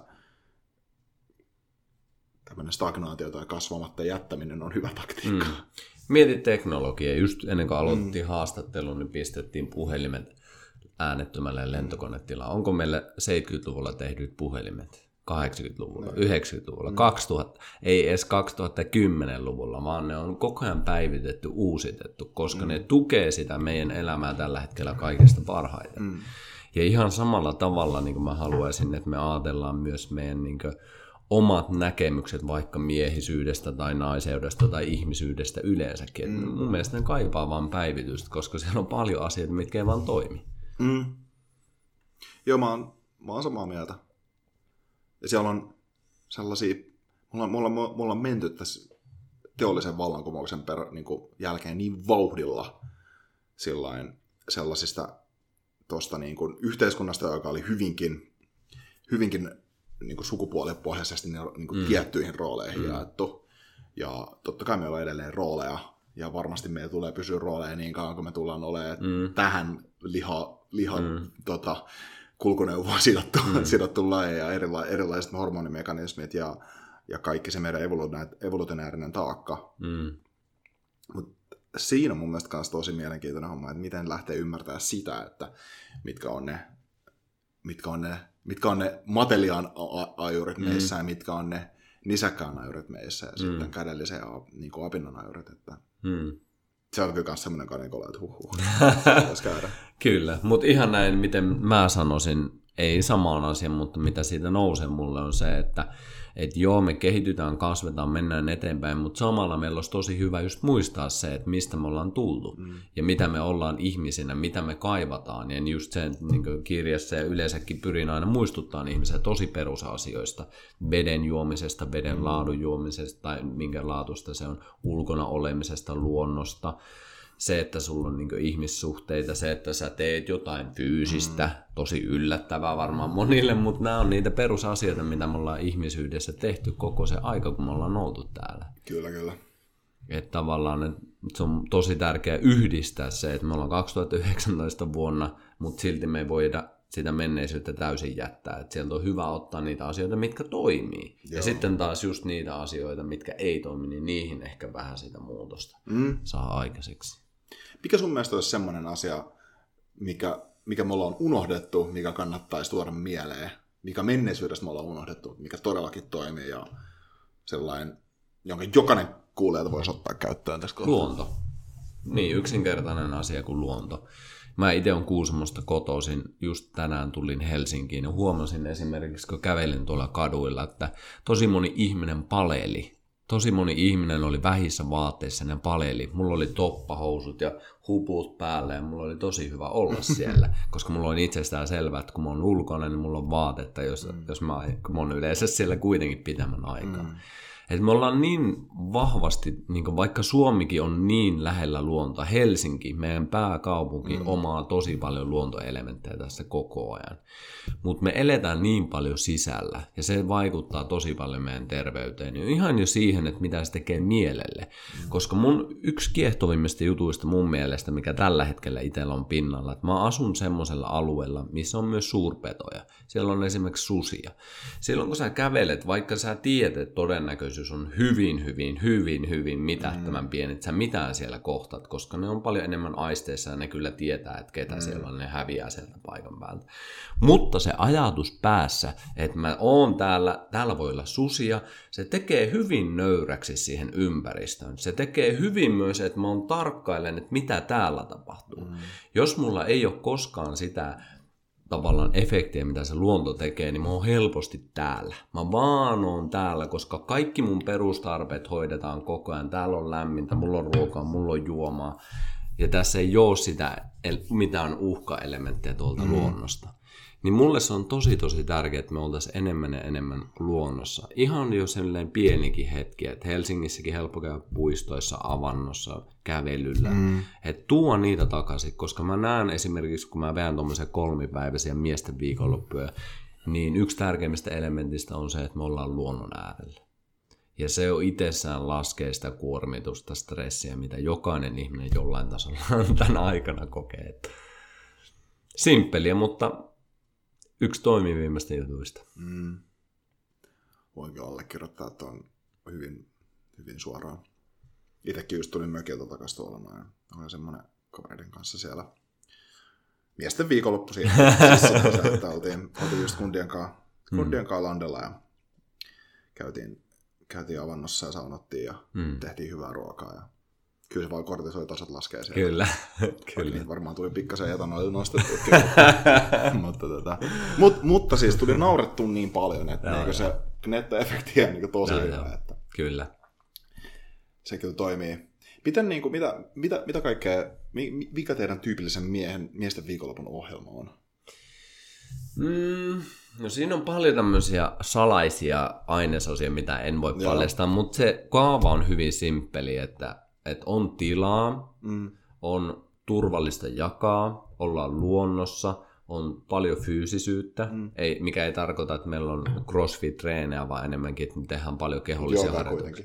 tämmöinen stagnaatio tai kasvamatta jättäminen on hyvä taktiikka. Mietit teknologiaa. Just ennen kuin aloitettiin haastattelun, niin pistettiin puhelimet äänettömälle lentokonetilaan. Onko meillä 70-luvulla tehdyt puhelimet? 80-luvulla, 90-luvulla, 2000, ei edes 2010-luvulla, vaan ne on koko ajan päivitetty, uusitettu, koska ne tukee sitä meidän elämää tällä hetkellä kaikista parhaiten. Ja ihan samalla tavalla niin kuin mä haluaisin, että me ajatellaan myös meidän niin kuin omat näkemykset vaikka miehisyydestä tai naiseudesta tai ihmisyydestä yleensäkin. Mun mielestä ne kaipaa vaan päivitystä, koska siellä on paljon asioita, mitkä ei vaan toimi. Joo, mä oon samaa mieltä. Ja siellä on sellaisia, mulla on menty tässä teollisen vallankumouksen niin jälkeen niin vauhdilla sellaisista tuosta niin kuin yhteiskunnasta, joka oli hyvinkin niin kuin sukupuolipohjaisesti niin kuin tiettyihin rooleihin jaettu. Ja totta kai meillä on edelleen rooleja, ja varmasti meillä tulee pysyä rooleja niin kauan, kun me tullaan olemaan tähän kulkuneuvoa sidottu laji ja erilaiset hormonimekanismit ja kaikki se meidän evolutionäärinen taakka. Mutta siinä on mun mielestä myös tosi mielenkiintoinen homma, että miten lähtee ymmärtää sitä, että mitkä on ne mateliaan ajurit meissä ja mitkä on ne nisäkkään ajurit meissä ja sitten kädellisen ja niin kuin apinnan ajurit. Että se on kyllä myös semmoinen kanikola, että voisi käydä. Kyllä, mutta ihan näin, miten mä sanoisin, ei samaan asiaan, mutta mitä siitä nousee mulle on se, että joo, me kehitytään, kasvetaan, mennään eteenpäin, mutta samalla meillä olisi tosi hyvä just muistaa se, että mistä me ollaan tultu ja mitä me ollaan ihmisinä, mitä me kaivataan. Ja just sen niin kirjassa ja yleensäkin pyrin aina muistuttamaan ihmisiä tosi perusasioista, veden juomisesta, veden laadun juomisesta tai minkä laatusta se on, ulkona olemisesta, luonnosta. Se, että sulla on niinku ihmissuhteita, se, että sä teet jotain fyysistä, tosi yllättävää varmaan monille, mutta nämä on niitä perusasioita, mitä me ollaan ihmisyydessä tehty koko se aika, kun me ollaan oltu täällä. Kyllä. Että tavallaan se on tosi tärkeää yhdistää se, että me ollaan 2019 vuonna, mutta silti me ei voida sitä menneisyyttä täysin jättää. Että sieltä on hyvä ottaa niitä asioita, mitkä toimii. Joo. Ja sitten taas just niitä asioita, mitkä ei toimi, niin niihin ehkä vähän sitä muutosta saa aikaiseksi. Mikä sun mielestä olisi semmoinen asia, mikä me ollaan unohdettu, mikä kannattaisi tuoda mieleen, mikä menneisyydessä me ollaan unohdettu, mikä todellakin toimii ja sellainen, jonka jokainen kuulijalta voisi ottaa käyttöön tässä kohtaa? Luonto. Niin, yksinkertainen asia kuin luonto. Mä itse olen Kuusamosta kotoisin, just tänään tulin Helsinkiin ja huomasin esimerkiksi, kun kävelin tuolla kaduilla, että tosi moni ihminen paleili. Tosi moni ihminen oli vähissä vaatteissa, ne paleili. Mulla oli toppahousut ja huput päällä ja mulla oli tosi hyvä olla siellä, koska mulla on itsestään selvää, että kun mä oon ulkona, niin mulla on vaatetta, kun mä oon yleensä siellä kuitenkin pitemmän aikaa. Että me ollaan niin vahvasti, niin vaikka Suomikin on niin lähellä luontoa, Helsinki, meidän pääkaupunki, omaa tosi paljon luontoelementtejä tässä koko ajan. Mutta me eletään niin paljon sisällä ja se vaikuttaa tosi paljon meidän terveyteen. Ja ihan jo siihen, että mitä se tekee mielelle. Koska mun yksi kiehtovimmista jutuista mun mielestä, mikä tällä hetkellä itsellä on pinnalla, että mä asun semmoisella alueella, missä on myös suurpetoja. Siellä on esimerkiksi susia. Silloin kun sä kävelet, vaikka sä tiedät, että todennäköisyys on hyvin mitättömän pieni, että sä mitään siellä kohtaat, koska ne on paljon enemmän aisteissa ja ne kyllä tietää, että ketä siellä on, ne häviää sieltä paikan päältä. Mutta se ajatus päässä, että mä oon täällä voi olla susia, se tekee hyvin nöyräksi siihen ympäristöön. Se tekee hyvin myös, että mä oon tarkkailen, että mitä täällä tapahtuu. Jos mulla ei ole koskaan sitä tavallaan efektiä, mitä se luonto tekee, niin mä oon helposti täällä. Mä vaan oon täällä, koska kaikki mun perustarpeet hoidetaan koko ajan. Täällä on lämmintä, mulla on ruokaa, mulla on juomaa. Ja tässä ei ole sitä mitään uhkaelementtejä tuolta luonnosta. Niin mulle se on tosi tärkeää, että me oltaisiin enemmän ja enemmän luonnossa. Ihan jo sellainen pienikin hetki, että Helsingissäkin helppo käydä puistoissa, avannossa, kävelyllä. Että tuo niitä takaisin, koska mä näen esimerkiksi, kun mä veän tuommoisia 3-päiväisiä miesten viikonloppuja, niin yksi tärkeimmistä elementistä on se, että me ollaan luonnon äärellä. Ja se on itsessään laskee sitä kuormitusta, stressiä, mitä jokainen ihminen jollain tasolla tänä aikana kokee. Simppeliä, mutta yksi toimivimmista jutuista. Voinkin allekirjoittaa, että on hyvin suoraan. Itsekin just tulin mökiltä takaisin tuolla noin. Olen semmoinen kavereiden kanssa siellä miesten viikonloppu siinä. Siis oltiin just kundien kanssa landella ja käytiin avannossa ja saunottiin ja tehtiin hyvää ruokaa. Ja kyllä se vaan kortisoitasot laskee siellä. Kyllä. Niin varmaan tuli pikkasen etanoille nostettu. mutta siis tuli naurettua niin paljon, että niinku se nettoefekti on niinku tosi hyvä. Että kyllä. Se kyllä toimii. Miten, niinku, mitä kaikkea, mikä teidän tyypillisen miesten viikonlopun ohjelma on? No siinä on paljon tämmöisiä salaisia ainesosia, mitä en voi paljastaa, mutta se kaava on hyvin simppeli, että on tilaa, on turvallista jakaa, ollaan luonnossa, on paljon fyysisyyttä, mikä ei tarkoita, että meillä on crossfit-treenejä, vaan enemmänkin, että me tehdään paljon kehollisia harjoituksia.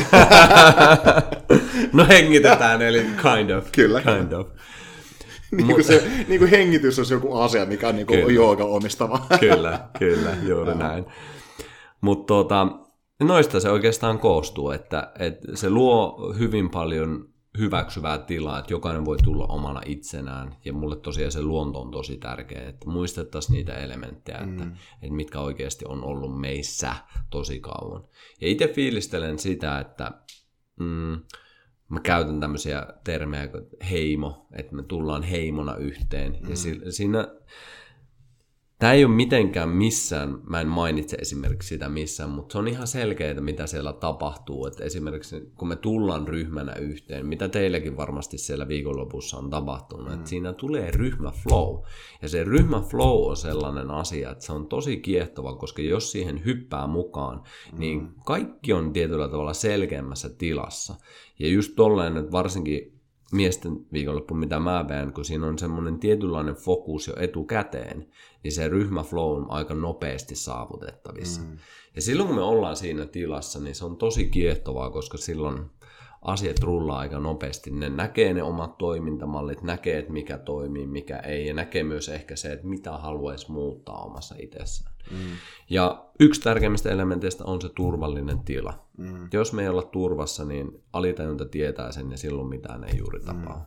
No hengitetään, eli kind of. Kyllä. Kind of. Niin kuin hengitys on joku asia, mikä on niin jooga omistava. Kyllä, juuri näin. Mutta noista se oikeastaan koostuu, että se luo hyvin paljon hyväksyvää tilaa, että jokainen voi tulla omana itsenään. Ja mulle tosiaan se luonto on tosi tärkeä, että muistettaisiin niitä elementtejä, että mitkä oikeasti on ollut meissä tosi kauan. Ja itse fiilistelen sitä, että mä käytän tämmöisiä termejä kuin heimo, että me tullaan heimona yhteen. Ja siinä tämä ei ole mitenkään missään, mä en mainitse esimerkiksi sitä missään, mutta se on ihan selkeää, mitä siellä tapahtuu. Että esimerkiksi kun me tullaan ryhmänä yhteen, mitä teilläkin varmasti siellä viikonlopussa on tapahtunut, että siinä tulee ryhmäflow. Ja se ryhmäflow on sellainen asia, että se on tosi kiehtova, koska jos siihen hyppää mukaan, niin kaikki on tietyllä tavalla selkeämmässä tilassa. Ja just tolleen, että varsinkin miesten viikonloppu, mitä mä veän, kun siinä on semmoinen tietynlainen fokus jo etukäteen, niin se ryhmäflow on aika nopeasti saavutettavissa. Ja silloin kun me ollaan siinä tilassa, niin se on tosi kiehtovaa, koska silloin asiat rullaa aika nopeasti. Ne näkee ne omat toimintamallit, näkee, että mikä toimii, mikä ei, ja näkee myös ehkä se, että mitä haluaisi muuttaa omassa itsessään. Ja yksi tärkeimmistä elementeistä on se turvallinen tila. Jos me ei olla turvassa, niin alitajunta tietää sen, ja silloin mitään ei juuri tapaa.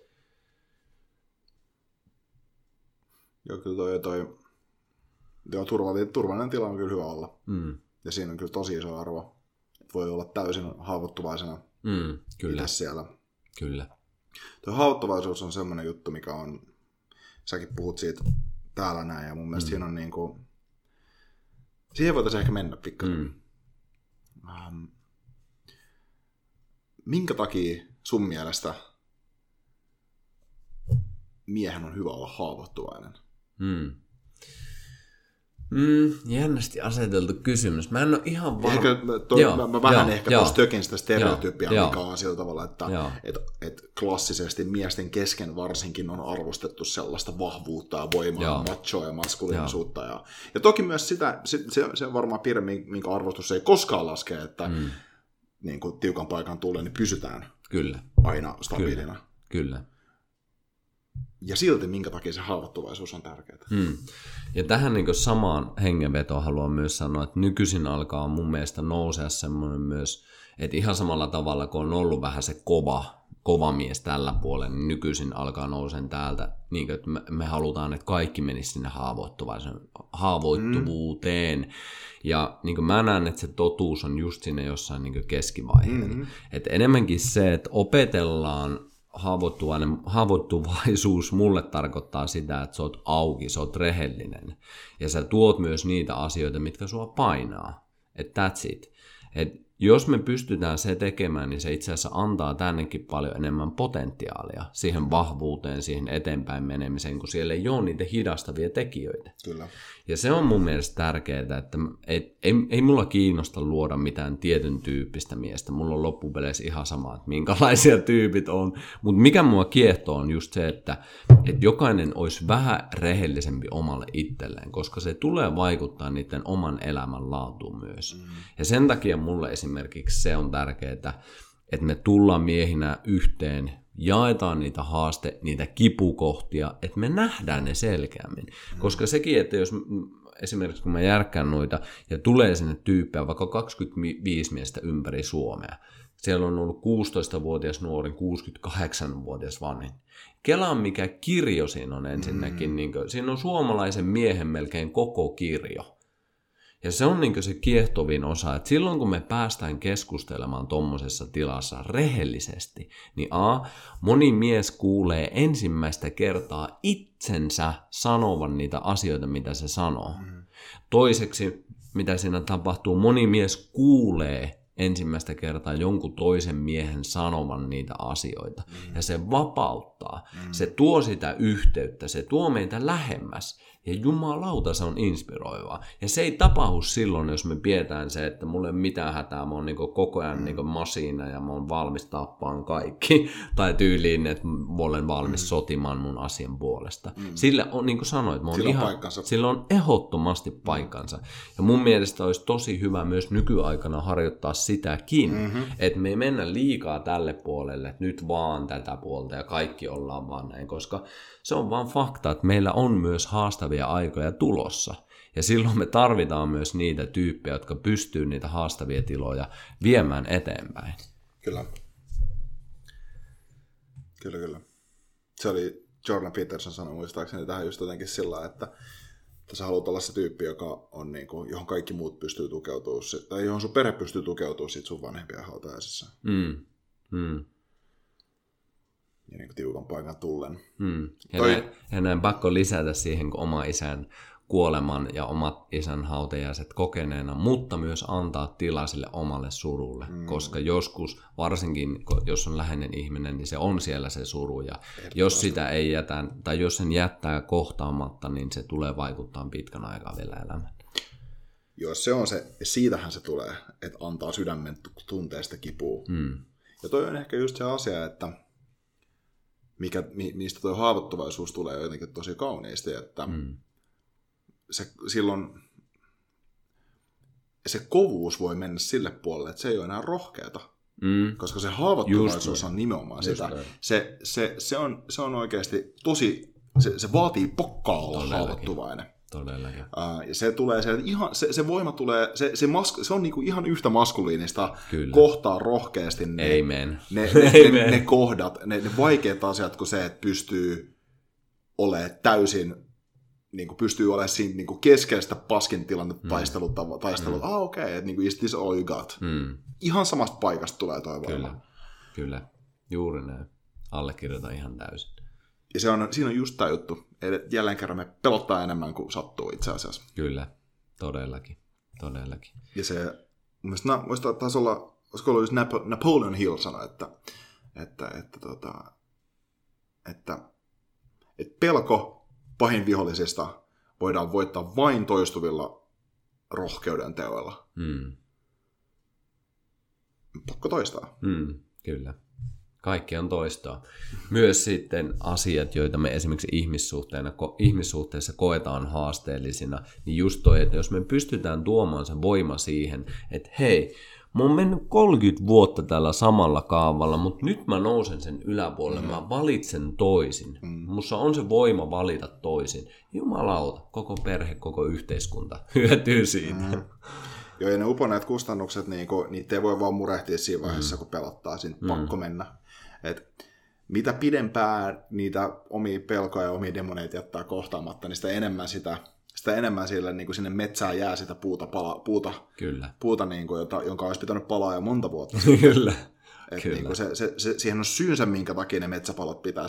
Joo, kyllä turvallinen tila on kyllä hyvä olla. Ja siinä on kyllä tosi iso arvo. Voi olla täysin haavoittuvaisena kyllä. siellä. Kyllä. Tuo haavoittuvaisuus on semmoinen juttu, mikä on, säkin puhut siitä täällä näin, ja mun mielestä siinä on niinku, siihen voitaisiin ehkä mennä pikkasen. Minkä takia sun mielestä miehen on hyvä olla haavoittuvainen? Jännästi aseteltu kysymys. Mä en ole ihan varma. Mä vähän ehkä tuossa tökin sitä stereotypia, mikä on sillä tavalla, että klassisesti miesten kesken varsinkin on arvostettu sellaista vahvuutta ja voimaa, machoa ja maskuliinisuutta. Ja toki myös se on varmaan piirre, minkä arvostus ei koskaan laske, että niin kuin tiukan paikan tulee, niin pysytään aina stabiilina. Kyllä. Ja silti minkä takia se haavoittuvaisuus on tärkeää. Ja tähän niin samaan hengenvetoon haluan myös sanoa, että nykyisin alkaa mun mielestä nousea semmoinen myös, että ihan samalla tavalla kuin on ollut vähän se kova mies tällä puolella, niin nykyisin alkaa nousen täältä, niin kuin, että me halutaan, että kaikki menisi sinne haavoittuvuuteen. Ja niin kuin mä näen, että se totuus on just siinä jossain niin keskivaiheella. Että enemmänkin se, että opetellaan haavoittuvaisuus mulle tarkoittaa sitä, että sä oot auki, sä oot rehellinen. Ja sä tuot myös niitä asioita, mitkä sua painaa. Että that's it. Et jos me pystytään se tekemään, niin se itse asiassa antaa tännekin paljon enemmän potentiaalia siihen vahvuuteen, siihen eteenpäin menemiseen, kun siellä ei ole niitä hidastavia tekijöitä. Kyllä. Ja se on mun mielestä tärkeää, että ei mulla kiinnosta luoda mitään tietyn tyyppistä miestä. Mulla on loppupeleissä ihan sama, että minkälaisia tyypit on. Mutta mikä mua kiehtoo on just se, että jokainen olisi vähän rehellisempi omalle itselleen, koska se tulee vaikuttaa niiden oman elämän laatuun myös. Ja sen takia mulle esimerkiksi se on tärkeää, että me tullaan miehinä yhteen, jaetaan niitä niitä kipukohtia, että me nähdään ne selkeämmin. Koska sekin, että jos esimerkiksi kun mä järkkään noita ja tulee sinne tyyppejä, vaikka 25 miestä ympäri Suomea, siellä on ollut 16-vuotias nuori, 68-vuotias vanhin. Kelaan mikä kirjo siinä on ensinnäkin. Niin kuin, siinä on suomalaisen miehen melkein koko kirjo. Ja se on niin se kiehtovin osa, että silloin kun me päästään keskustelemaan tommosessa tilassa rehellisesti, niin moni mies kuulee ensimmäistä kertaa itsensä sanovan niitä asioita, mitä se sanoo. Toiseksi, mitä siinä tapahtuu, moni mies kuulee ensimmäistä kertaa jonkun toisen miehen sanovan niitä asioita. Ja se vapauttaa, se tuo sitä yhteyttä, se tuo meitä lähemmäs. Ja jumalauta se on inspiroivaa. Ja se ei tapahdu silloin, jos me pidetään se, että mulla ei ole mitään hätää, mä oon niinku koko ajan niinku masiina ja mä oon valmis tappaan kaikki. Tai tyyliin, että mä olen valmis sotimaan mun asian puolesta. Sillä on, niin kuin sanoit, sillä on ehdottomasti paikkansa. Ja mun mielestä olisi tosi hyvä myös nykyaikana harjoittaa sitäkin, että me ei mennä liikaa tälle puolelle, että nyt vaan tätä puolta ja kaikki ollaan vaan näin, koska se on vaan fakta, että meillä on myös haastavia aikoja tulossa. Ja silloin me tarvitaan myös niitä tyyppejä, jotka pystyy niitä haastavia tiloja viemään eteenpäin. Kyllä. Kyllä. Se oli Jordan Peterson sanoi muistaakseni tähän just jotenkin sillä, että sä haluat olla se tyyppi, joka on niinku, johon kaikki muut pystyy tukeutumaan, tai johon sun perhe pystyy tukeutumaan sit sun vanhempien hautajaisissa. Ja niinku tiukan paikan tullen. Ja näin pakko lisätä siihen, kun oma isän kuoleman ja omat isän hautajaiset kokeneena, mutta myös antaa tilaa sille omalle surulle, koska joskus, varsinkin jos on läheinen ihminen, niin se on siellä se suru, ja jos sitä ei jätä, tai jos sen jättää kohtaamatta, niin se tulee vaikuttaa pitkän aikavälillä elämään. Joo, se on se, siitähän se tulee, että antaa sydämen tunteesta kipua. Ja toi on ehkä just se asia, että mistä tuo haavoittuvaisuus tulee jotenkin tosi kauniisti, että silloin se kovuus voi mennä sille puolelle, että se ei ole enää rohkeata. Koska se haavoittuvaisuus on nimenomaan sitä. Se on oikeasti tosi, se vaatii pokkaa olla haavoittuvainen. Todellakin. Ja se tulee se voima tulee, se on niinku ihan yhtä maskuliinista kohtaa rohkeasti ne kohdat, ne vaikeat asiat kuin se, että pystyy olemaan täysin, niinku pystyy olemaan siinä niinku keskeistä paskin tilannetta taistelut. Okei, että niinku, is this all you got? Ihan samasta paikasta tulee toi voima. Kyllä, juuri näin. Allekirjoitan ihan täysin. Ja siinä on just tämä juttu. Jälleen kerran me pelottaa enemmän kuin sattuu itse asiassa. Kyllä, todellakin. Ja se, muista taisi olla, olisiko ollut just Napoleon Hill sanoi, että pelko pahin vihollisista voidaan voittaa vain toistuvilla rohkeuden teoilla. Pakko toistaa. Kyllä. Kaikki on toistoa. Myös sitten asiat, joita me esimerkiksi ihmissuhteessa koetaan haasteellisina, niin just toi, että jos me pystytään tuomaan se voima siihen, että hei, mä oon mennyt 30 vuotta tällä samalla kaavalla, mutta nyt mä nousen sen yläpuolelle, mä valitsen toisin. Musta on se voima valita toisin. Jumalauta, koko perhe, koko yhteiskunta hyötyy siitä. Joo, ja ne uponeet kustannukset, niitä ei voi vaan murehtia siinä vaiheessa, kun pelottaa. Siinä pakko mennä. Et mitä pidempään niitä omia pelkoja ja omia demoneita jättää kohtaamatta, niin sitä enemmän sille, niin kuin sinne metsään jää sitä puuta niin kuin, jonka olisi pitänyt palaa jo monta vuotta. Kyllä. Niin kuin siihen on syynsä, minkä takia ne metsäpalot pitää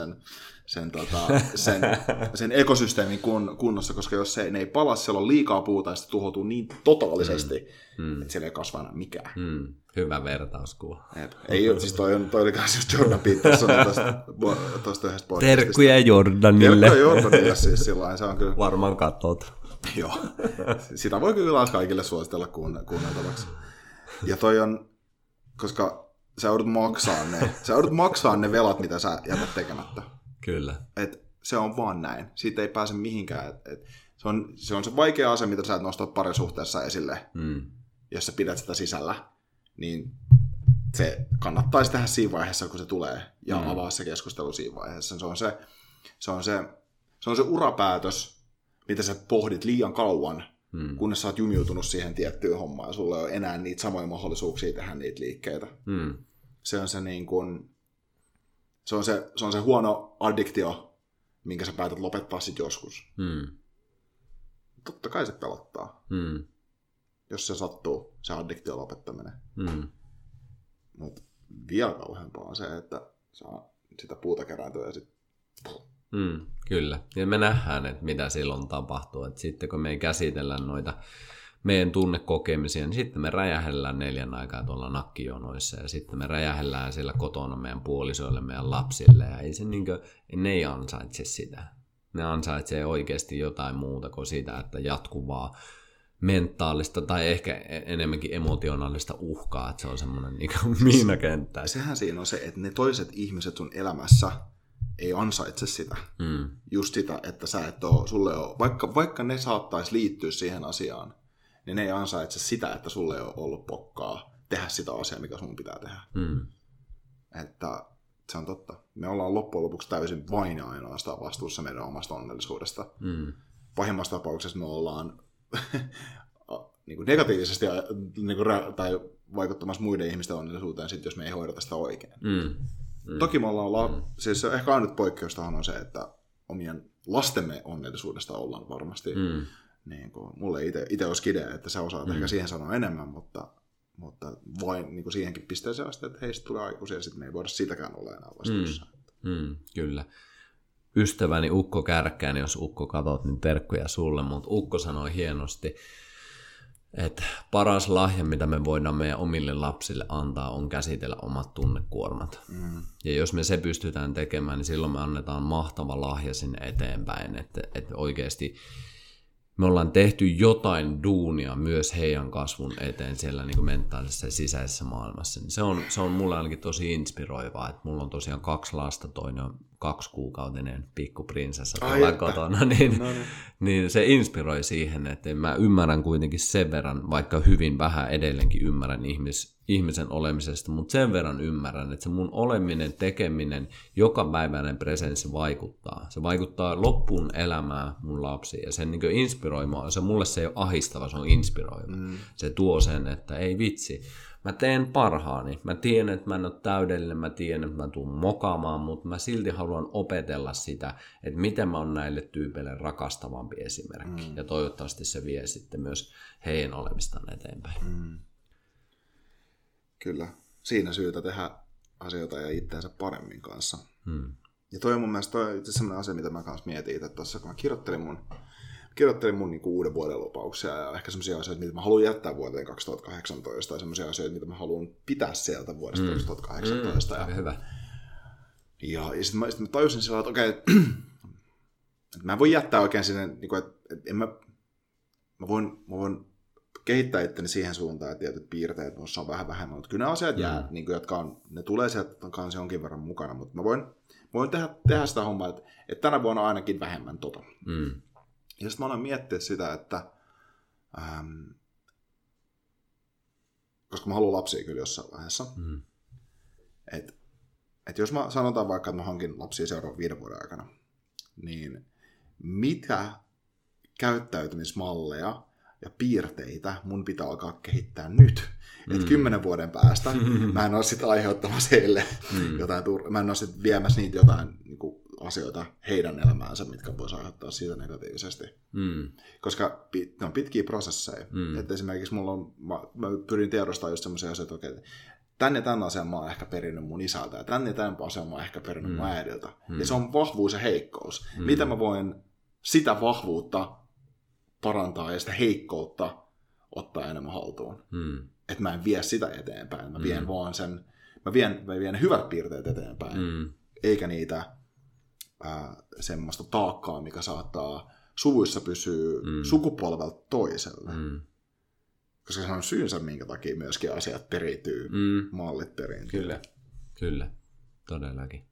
sen ekosysteemin kunnossa, koska jos ne ei pala, siellä on liikaa puuta ja se tuhoutuu niin totaalisesti, että siellä ei kasva enää mikään. Hyvä vertauskuva. Ei, siis toi oli myös just Jordan Peterson tuosta yhdestä podcastista. Terkkuja Jordanille. Terkkuja Jordanille siis sillain, se on kyllä. Varmaan katsot. Joo, sitä voi kyllä kaikille suositella kuunneltavaksi. Ja toi on, koska sä joudut maksaa ne velat, mitä sä jätät tekemättä. Kyllä. Et se on vaan näin. Siitä ei pääse mihinkään. Se on se vaikea asia, mitä sä et nostaa parisuhteessa esille. Jos sä pidät sitä sisällä, niin se kannattaisi tehdä siinä vaiheessa, kun se tulee, ja avaa se keskustelu siinä vaiheessa. Se on se urapäätös, mitä sä pohdit liian kauan, kunnes sä oot jumiutunut siihen tiettyyn hommaan, ja sulla ei ole enää niitä samoja mahdollisuuksia tehdä niitä liikkeitä. Se on se niin kuin, se on se huono addiktio, minkä sä päätät lopettaa sit joskus. Totta kai se pelottaa. Jos se sattuu, se addiktio lopettaminen. Mutta vielä kauheampaa on se, että saa sitä puuta kerääntyä ja sitten... Kyllä. Ja me nähdään, että mitä silloin tapahtuu. Että sitten kun me ei käsitellä noita meidän tunnekokemisia, niin sitten me räjähellään 4 aikaa tuolla nakkijonoissa. Ja sitten me räjähellään siellä kotona meidän puolisoille, meidän lapsille. Ja ei se ne ei ansaitse sitä. Ne ansaitsee oikeasti jotain muuta kuin sitä, että jatkuvaa mentaalista tai ehkä enemmänkin emotionaalista uhkaa, että se on semmoinen niin miinakenttä. Sehän siinä on se, että ne toiset ihmiset sun elämässä ei ansaitse sitä. Just sitä, että sä et ole, sulle on, vaikka ne saattaisi liittyä siihen asiaan, niin ne ei ansaitse sitä, että sulle ei ole ollut pokkaa tehdä sitä asiaa, mikä sun pitää tehdä. Että se on totta. Me ollaan loppujen lopuksi täysin vain ja ainoastaan vastuussa meidän omasta onnellisuudesta. Pahimmassa tapauksessa me ollaan niin kuin negatiivisesti niin kuin, tai vaikuttamassa muiden ihmisten onnellisuuteen, sit, jos me ei hoideta sitä oikein. Toki me ollaan, siis ehkä ainut poikkeus tähän on se, että omien lastemme onnellisuudesta ollaan varmasti. Niin kuin, mulle itse olisi idea, että sä osaat ehkä siihen sanoa enemmän, mutta vain niin kuin siihenkin pisteeseen asti, että heistä tulee aikuisia, ja sitten me ei voida sitäkään olla enää vastuussa. Kyllä. Ystäväni Ukko Kärkkään, jos Ukko katot, niin terkkuja sulle, mutta Ukko sanoi hienosti, että paras lahja, mitä me voidaan meidän omille lapsille antaa, on käsitellä omat tunnekuormat. Ja jos me se pystytään tekemään, niin silloin me annetaan mahtava lahja sinne eteenpäin, että oikeasti me ollaan tehty jotain duunia myös heidän kasvun eteen siellä niin kuin mentaalisessa ja sisäisessä maailmassa. Se on mulle ainakin tosi inspiroivaa, että mulla on tosiaan 2 lasta, toinen on 2-kuukautinen pikkuprinsessa tuolla kotona, niin se inspiroi siihen, että mä ymmärrän kuitenkin sen verran, vaikka hyvin vähän edelleenkin ymmärrän ihmisen olemisesta, mutta sen verran ymmärrän, että se mun oleminen, tekeminen, jokapäiväinen presenssi vaikuttaa. Se vaikuttaa loppuun elämää mun lapsiin ja sen niin inspiroimaan. Mulle se ei ole ahistava, se on inspiroiva. Se tuo sen, että ei vitsi. Mä teen parhaani. Mä tiedän, että mä en ole täydellinen, mä tiedän, että mä tuun mokaamaan, mutta mä silti haluan opetella sitä, että miten mä oon näille tyypeille rakastavampi esimerkki. Ja toivottavasti se vie sitten myös heidän olemistaan eteenpäin. Kyllä. Siinä syytä tehdä asioita ja itseänsä paremmin kanssa. Ja toi on mun mielestä itse sellainen asia, mitä mä kanssa mietin itse tuossa, kun mä kirjoittelin mun niin kuin uuden vuoden lupauksia ja ehkä sellaisia asioita, mitä mä haluan jättää vuoteen 2018 tai sellaisia asioita, mitä mä haluan pitää sieltä vuodesta 2018. Ja hyvä. Ja sitten mä tajusin sillä, että okei, että mä en voi jättää oikein sinne, niin kuin, että mä voin kehittää itteni siihen suuntaan, että tietyt piirteet minussa on vähän vähemmän, mutta kyllä ne asiat jää, niin kuin, ne tulee sieltä kanssa jonkin verran mukana, mutta mä voin tehdä sitä hommaa, että tänä vuonna ainakin vähemmän tota. Ja sitten mä aloin miettiä sitä, että koska mä haluan lapsia kyllä jossain vaiheessa, että jos mä sanotaan vaikka, että mä hankin lapsia seuraavan 5 vuoden aikana, niin mitä käyttäytymismalleja ja piirteitä mun pitää alkaa kehittää nyt. Että 10 vuoden päästä mä en ole sitten aiheuttamassa heille jotain mä en ole sitten viemässä niitä jotain niin kuin, asioita heidän elämäänsä, mitkä voisi aiheuttaa siitä negatiivisesti. Koska ne on pitkiä prosesseja. Että esimerkiksi mä pyrin tiedostamaan just semmoisia asioita, että okei, tän ja tän asian mä oon ehkä perinnyt mun isältä, ja tän ja tän asian mä oon ehkä perinnyt mun äidiltä. Ja se on vahvuus ja heikkous. Miten mä voin sitä vahvuutta parantaa ja sitä heikkoutta ottaa enemmän haltuun. Että mä en vie sitä eteenpäin. Mä vien vaan mä vien hyvät piirteet eteenpäin. Eikä niitä semmoista taakkaa, mikä saattaa suvuissa pysyä sukupolvelta toiselle. Koska se on syynsä, minkä takia myöskin asiat periytyy, mallit periytyy. Kyllä, todellakin.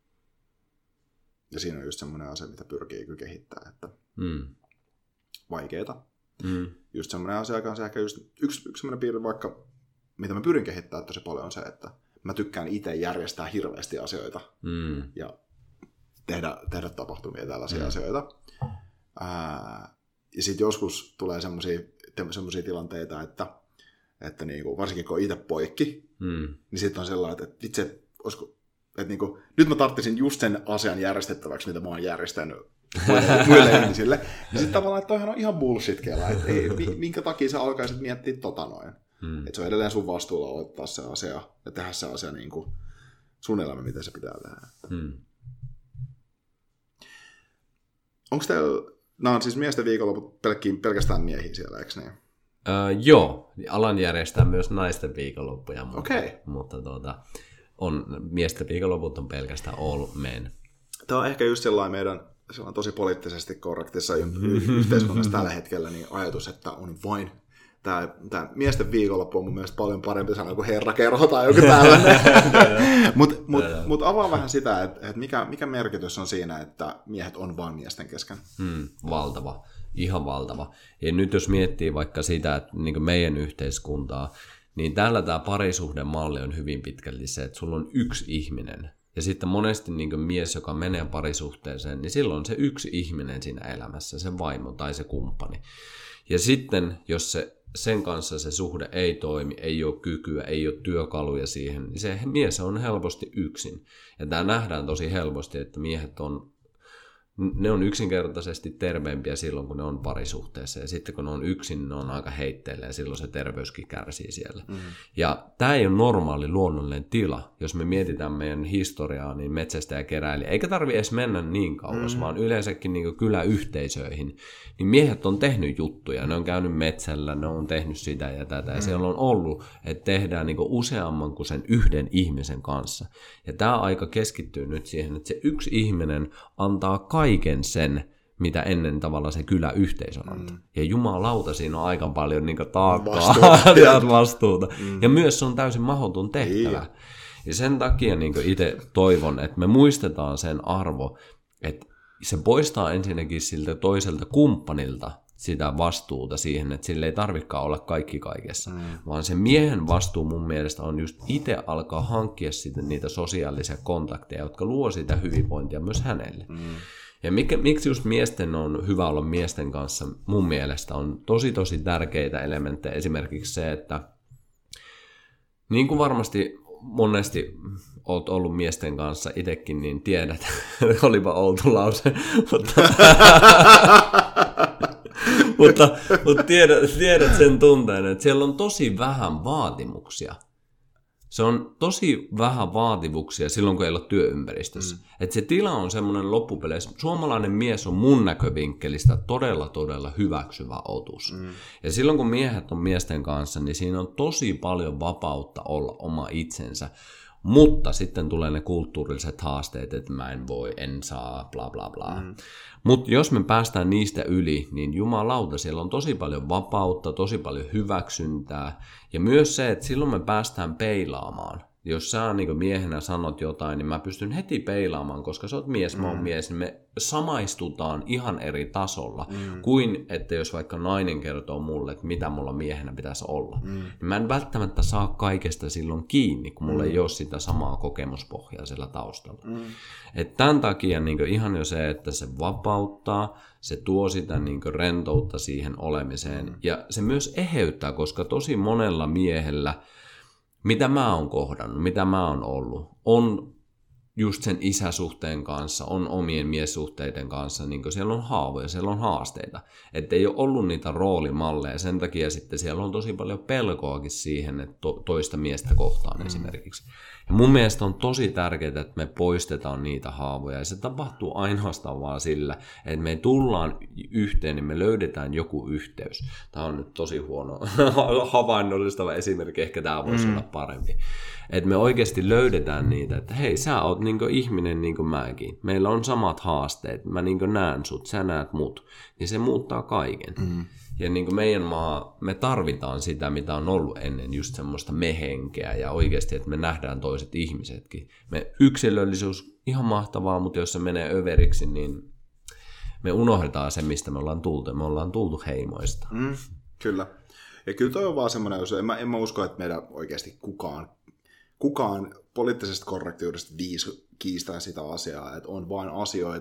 Ja siinä on just semmoinen asia, mitä pyrkii kyllä kehittää, että vaikeeta. Just semmoinen asia kanssa, ehkä just yksi semmoinen piirre vaikka, mitä mä pyrin kehittämään tosi paljon on se, että mä tykkään itse järjestää hirveästi asioita ja tehdä tapahtumia ja tällaisia asioita. Ja sitten joskus tulee semmoisia tilanteita, että niinku, varsinkin kun on itse poikki, niin sitten on sellainen, että itse, että niinku, nyt mä tarttisin just sen asian järjestettäväksi, mitä mä oon järjestänyt muille ihmisille. Ja sitten tavallaan, että toihan on ihan bullshit-kela, että minkä takia sä alkaisit miettiä tota noin. Että se on edelleen sun vastuulla ottaa se asia ja tehdä se asia niin kuin sun elämä, miten se pitää tehdä. Onko teillä, nämä on siis miesten viikonloput pelkästään miehiä siellä, eikö niin? Joo, alan järjestää myös naisten viikonloppuja, mutta on, miesten viikonloput on pelkästään all men. Tämä on ehkä just sellainen tosi poliittisesti korrektissa yhteiskunnassa tällä hetkellä niin ajatus, että on vain tämä miesten viikonloppu on mun mielestä paljon parempi sana kuin herrakerho tai joku tällainen. Mutta avaa vähän sitä, että mikä merkitys on siinä, että miehet on vain miesten kesken. Valtava, ihan valtava. Ja nyt jos miettii vaikka sitä, että niin meidän yhteiskuntaa, niin täällä tämä parisuhdemalli on hyvin pitkälti se, että sulla on yksi ihminen. Ja sitten monesti niin mies, joka menee parisuhteeseen, niin silloin on se yksi ihminen siinä elämässä, se vaimo tai se kumppani. Ja sitten, jos sen kanssa se suhde ei toimi, ei ole kykyä, ei ole työkaluja siihen, niin se mies on helposti yksin. Ja tämä nähdään tosi helposti, että miehet ne on yksinkertaisesti terveempiä silloin, kun ne on parisuhteessa. Ja sitten kun ne on yksin, ne on aika heitteillä ja silloin se terveyskin kärsii siellä. Ja tämä ei ole normaali luonnollinen tila. Jos me mietitään meidän historiaa, niin metsästä ja keräilijä, eikä tarvitse edes mennä niin kauas, vaan yleensäkin niin kyläyhteisöihin, niin miehet on tehnyt juttuja. Ne on käynyt metsällä, ne on tehnyt sitä ja tätä. Ja siellä on ollut, että tehdään niin useamman kuin sen yhden ihmisen kanssa. Ja tämä aika keskittyy nyt siihen, että se yksi ihminen antaa kaiken sen, mitä ennen tavalla se kyläyhteisö antaa. Ja jumalauta, siinä on aika paljon niin taakkaa ja vastuuta. Ja myös se on täysin mahdoton tehtävä. Ja sen takia niin itse toivon, että me muistetaan sen arvo, että se poistaa ensinnäkin siltä toiselta kumppanilta sitä vastuuta siihen, että sille ei tarvitsekaan olla kaikki kaikessa, vaan se miehen vastuu mun mielestä on just itse alkaa hankkia sitten niitä sosiaalisia kontakteja, jotka luo sitä hyvinvointia myös hänelle. Ja miksi just miesten on hyvä olla miesten kanssa, mun mielestä on tosi tärkeitä elementtejä. Esimerkiksi se, että niin kuin varmasti monesti oot ollut miesten kanssa itsekin, niin tiedät, olipa outo lause, mutta tiedät sen tunteen, että siellä on tosi vähän vaatimuksia. Se on tosi vähän vaatimuksia silloin, kun ei ole työympäristössä. Että se tila on semmoinen loppupeleissä. Suomalainen mies on mun näkövinkkelistä todella hyväksyvä otus. Ja silloin, kun miehet on miesten kanssa, niin siinä on tosi paljon vapautta olla oma itsensä. Mutta sitten tulee ne kulttuuriset haasteet, että mä en voi, en saa, bla bla bla. Mutta jos me päästään niistä yli, niin jumalauta, siellä on tosi paljon vapautta, tosi paljon hyväksyntää. Ja myös se, että silloin me päästään peilaamaan. Jos sä niin miehenä sanot jotain, niin mä pystyn heti peilaamaan, koska sä oot mies, mä oon mies, niin me samaistutaan ihan eri tasolla kuin, että jos vaikka nainen kertoo mulle, että mitä mulla miehenä pitäisi olla. Niin mä en välttämättä saa kaikesta silloin kiinni, kun mulla ei ole sitä samaa kokemuspohjaa siellä taustalla. Et tämän takia niin ihan jo se, että se vapauttaa, se tuo sitä niin rentoutta siihen olemiseen ja se myös eheyttää, koska tosi monella miehellä mitä mä oon kohdannut, mitä mä oon ollut, on just sen isäsuhteen kanssa, on omien miessuhteiden kanssa, niin siellä on haavoja, siellä on haasteita. Että ei ole ollut niitä roolimalleja, sen takia sitten siellä on tosi paljon pelkoakin siihen, että toista miestä kohtaan esimerkiksi. Ja mun mielestä on tosi tärkeää, että me poistetaan niitä haavoja, ja se tapahtuu ainoastaan vaan sillä, että me tullaan yhteen, niin me löydetään joku yhteys. Tämä on nyt tosi huono havainnollistava esimerkki, ehkä tämä voisi olla parempi. Että me oikeasti löydetään niitä, että hei, sä oot niinku ihminen niin kuin mäkin. Meillä on samat haasteet, mä niinku näen sut, sä näet mut. Niin se muuttaa kaiken. Ja niin kuin meidän me tarvitaan sitä, mitä on ollut ennen, just semmoista mehenkeä ja oikeasti, että me nähdään toiset ihmisetkin. Me yksilöllisyys ihan mahtavaa, mutta jos se menee överiksi, niin me unohdetaan se, mistä me ollaan tultu. Me ollaan tultu heimoista. Kyllä. Ja kyllä toi on vaan semmoinen, jos en mä usko, että meidän oikeasti kukaan poliittisesta korrektiudesta kiistää sitä asiaa, että on vain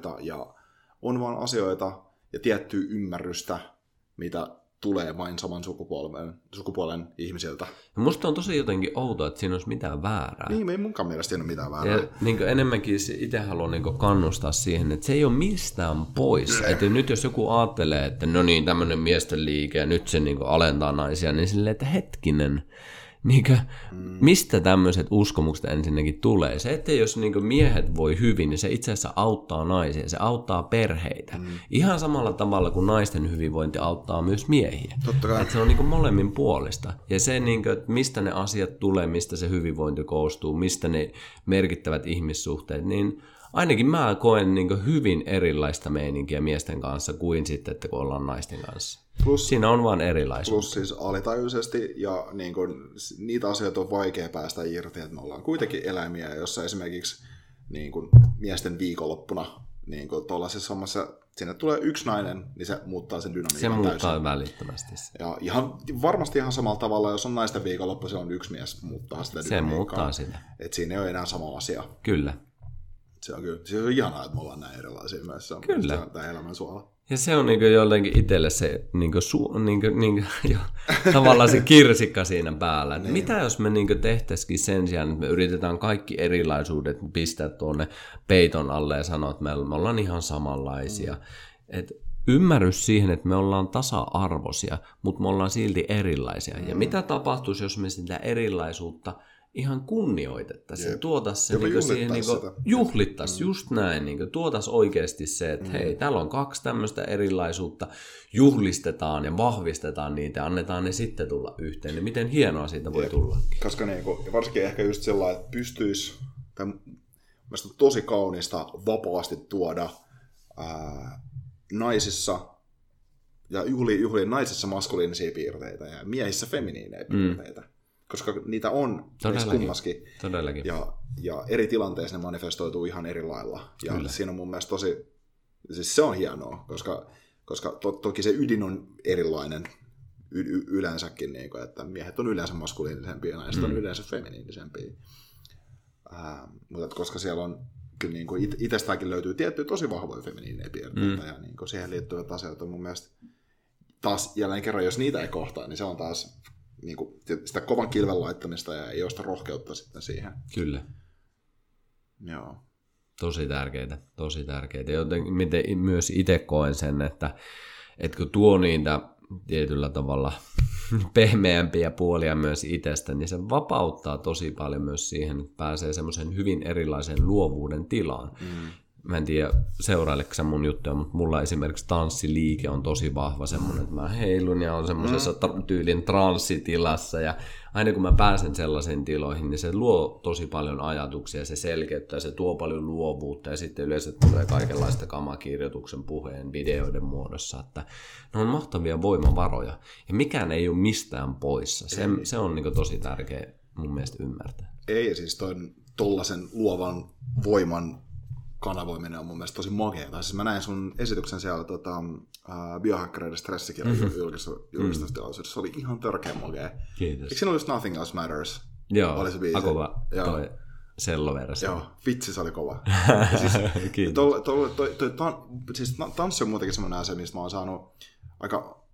asioita ja tiettyä ymmärrystä, mitä tulee vain saman sukupuolen ihmisiltä. Ja musta on tosi jotenkin outoa, että siinä olisi mitään väärää. Niin, ei munkaan mielestä siinä ole mitään väärää. Ja niin enemmänkin itse haluan niin kannustaa siihen, että se ei ole mistään pois. Että nyt jos joku ajattelee, että no niin, tämmöinen miesten liike ja nyt se niin alentaa naisia, niin silleen, että hetkinen, mistä tämmöiset uskomukset ensinnäkin tulee? Se, että jos miehet voi hyvin, niin se itse asiassa auttaa naisia, se auttaa perheitä. Ihan samalla tavalla kuin naisten hyvinvointi auttaa myös miehiä. Totta kai. Että se on molemmin puolesta. Ja se, että mistä ne asiat tulee, mistä se hyvinvointi koostuu, mistä ne merkittävät ihmissuhteet, niin ainakin mä koen niin kuin hyvin erilaista meininkiä miesten kanssa kuin sitten, että kun ollaan naisten kanssa. Siinä on vaan erilaisuus. Plus siis alitajuisesti ja niin kuin, niitä asioita on vaikea päästä irti, että me ollaan kuitenkin eläimiä, jossa esimerkiksi niin kuin, miesten viikonloppuna niin kuin tuollaisessa hommassa, sinne tulee yksi nainen, niin se muuttaa sen dynamiikan täysin. Se muuttaa täysin. välittömästi. Ja varmasti ihan samalla tavalla, jos on naisten viikonloppu, se on yksi mies muuttaa sitä dynamiikkaa. Se muuttaa sitä. Että siinä ei ole enää sama asia. Kyllä. Se on ihanaa, että me ollaan näin erilaisia myös. Se on Kyllä. Tämä elämän suola. Ja se on niin jotenkin itselle se tavallaan se kirsikka siinä päällä. Niin. Mitä jos me niin tehtäisikin sen sijaan, että me yritetään kaikki erilaisuudet pistää tuonne peiton alle ja sanoa, että me ollaan ihan samanlaisia. Et ymmärrys siihen, että me ollaan tasa-arvoisia, mutta me ollaan silti erilaisia. Ja mitä tapahtuisi, jos me sitä erilaisuutta ihan kunnioitettaisiin, tuotaisiin se, siihen juhlittaisiin, just näin, tuotaisiin oikeasti se, että hei, täällä on 2 tämmöistä erilaisuutta, juhlistetaan ja vahvistetaan niitä ja annetaan ne sitten tulla yhteen, niin miten hienoa siitä voi tulla. Koska varsinkin ehkä just sellainen, että pystyisi, mielestäni on tosi kaunista vapaasti tuoda naisissa ja juhliin naisissa maskuliinisia piirteitä ja miehissä feminiinejä piirteitä. Koska niitä on kummaskin. Todellakin. Ja eri tilanteissa ne manifestoituu ihan eri lailla. Ja kyllä. Siinä on mun mielestä tosi, siis se on hienoa, koska toki se ydin on erilainen yleensäkin, niin kuin, että miehet on yleensä maskuliinisempia ja naiset on yleensä feminiinisempia. Mutta koska siellä on, kyllä niin kuin itsestäänkin löytyy tiettyjä tosi vahvoja feminiinejä piirteitä, ja niin kuin siihen liittyvät asiat on mun mielestä taas jälleen kerran, jos niitä ei kohtaa, niin se on taas niin kuin sitä kovan kilven laittamista ja ei ole sitä rohkeutta sitten siihen. Kyllä. Joo. Tosi tärkeitä. Joten miten myös itse koen sen, että kun tuo niitä tietyllä tavalla pehmeämpiä puolia myös itsestä, niin se vapauttaa tosi paljon myös siihen, että pääsee semmoisen hyvin erilaisen luovuuden tilaan. Mä en tiedä, seuraileks sä mun juttuja, mutta mulla esimerkiksi tanssiliike on tosi vahva semmoinen, että mä heilun ja on semmoisessa tyylin transsitilassa ja aina kun mä pääsen sellaisiin tiloihin, niin se luo tosi paljon ajatuksia, se selkeyttää, se tuo paljon luovuutta ja sitten yleensä tulee kaikenlaista kamakirjoituksen, puheen, videoiden muodossa, että ne on mahtavia voimavaroja ja mikään ei ole mistään poissa. Se on niin tosi tärkeä mun mielestä ymmärtää. Ei, siis tollasen luovan voiman kanavoiminen on mun mielestä tosi makeata. Siis mä näin sun esityksen siellä biohackereiden stressikirjan julkistustilaisuudessa. Se oli ihan törkeä makea. Kiitos. Eikö siinä ollut just Nothing Else Matters? Joo, oli se biisi? Akova toi selloversio. Joo, vitsi se oli kova. Siis tanssi on muutenkin semmoinen asia, mistä mä oon saanut aika...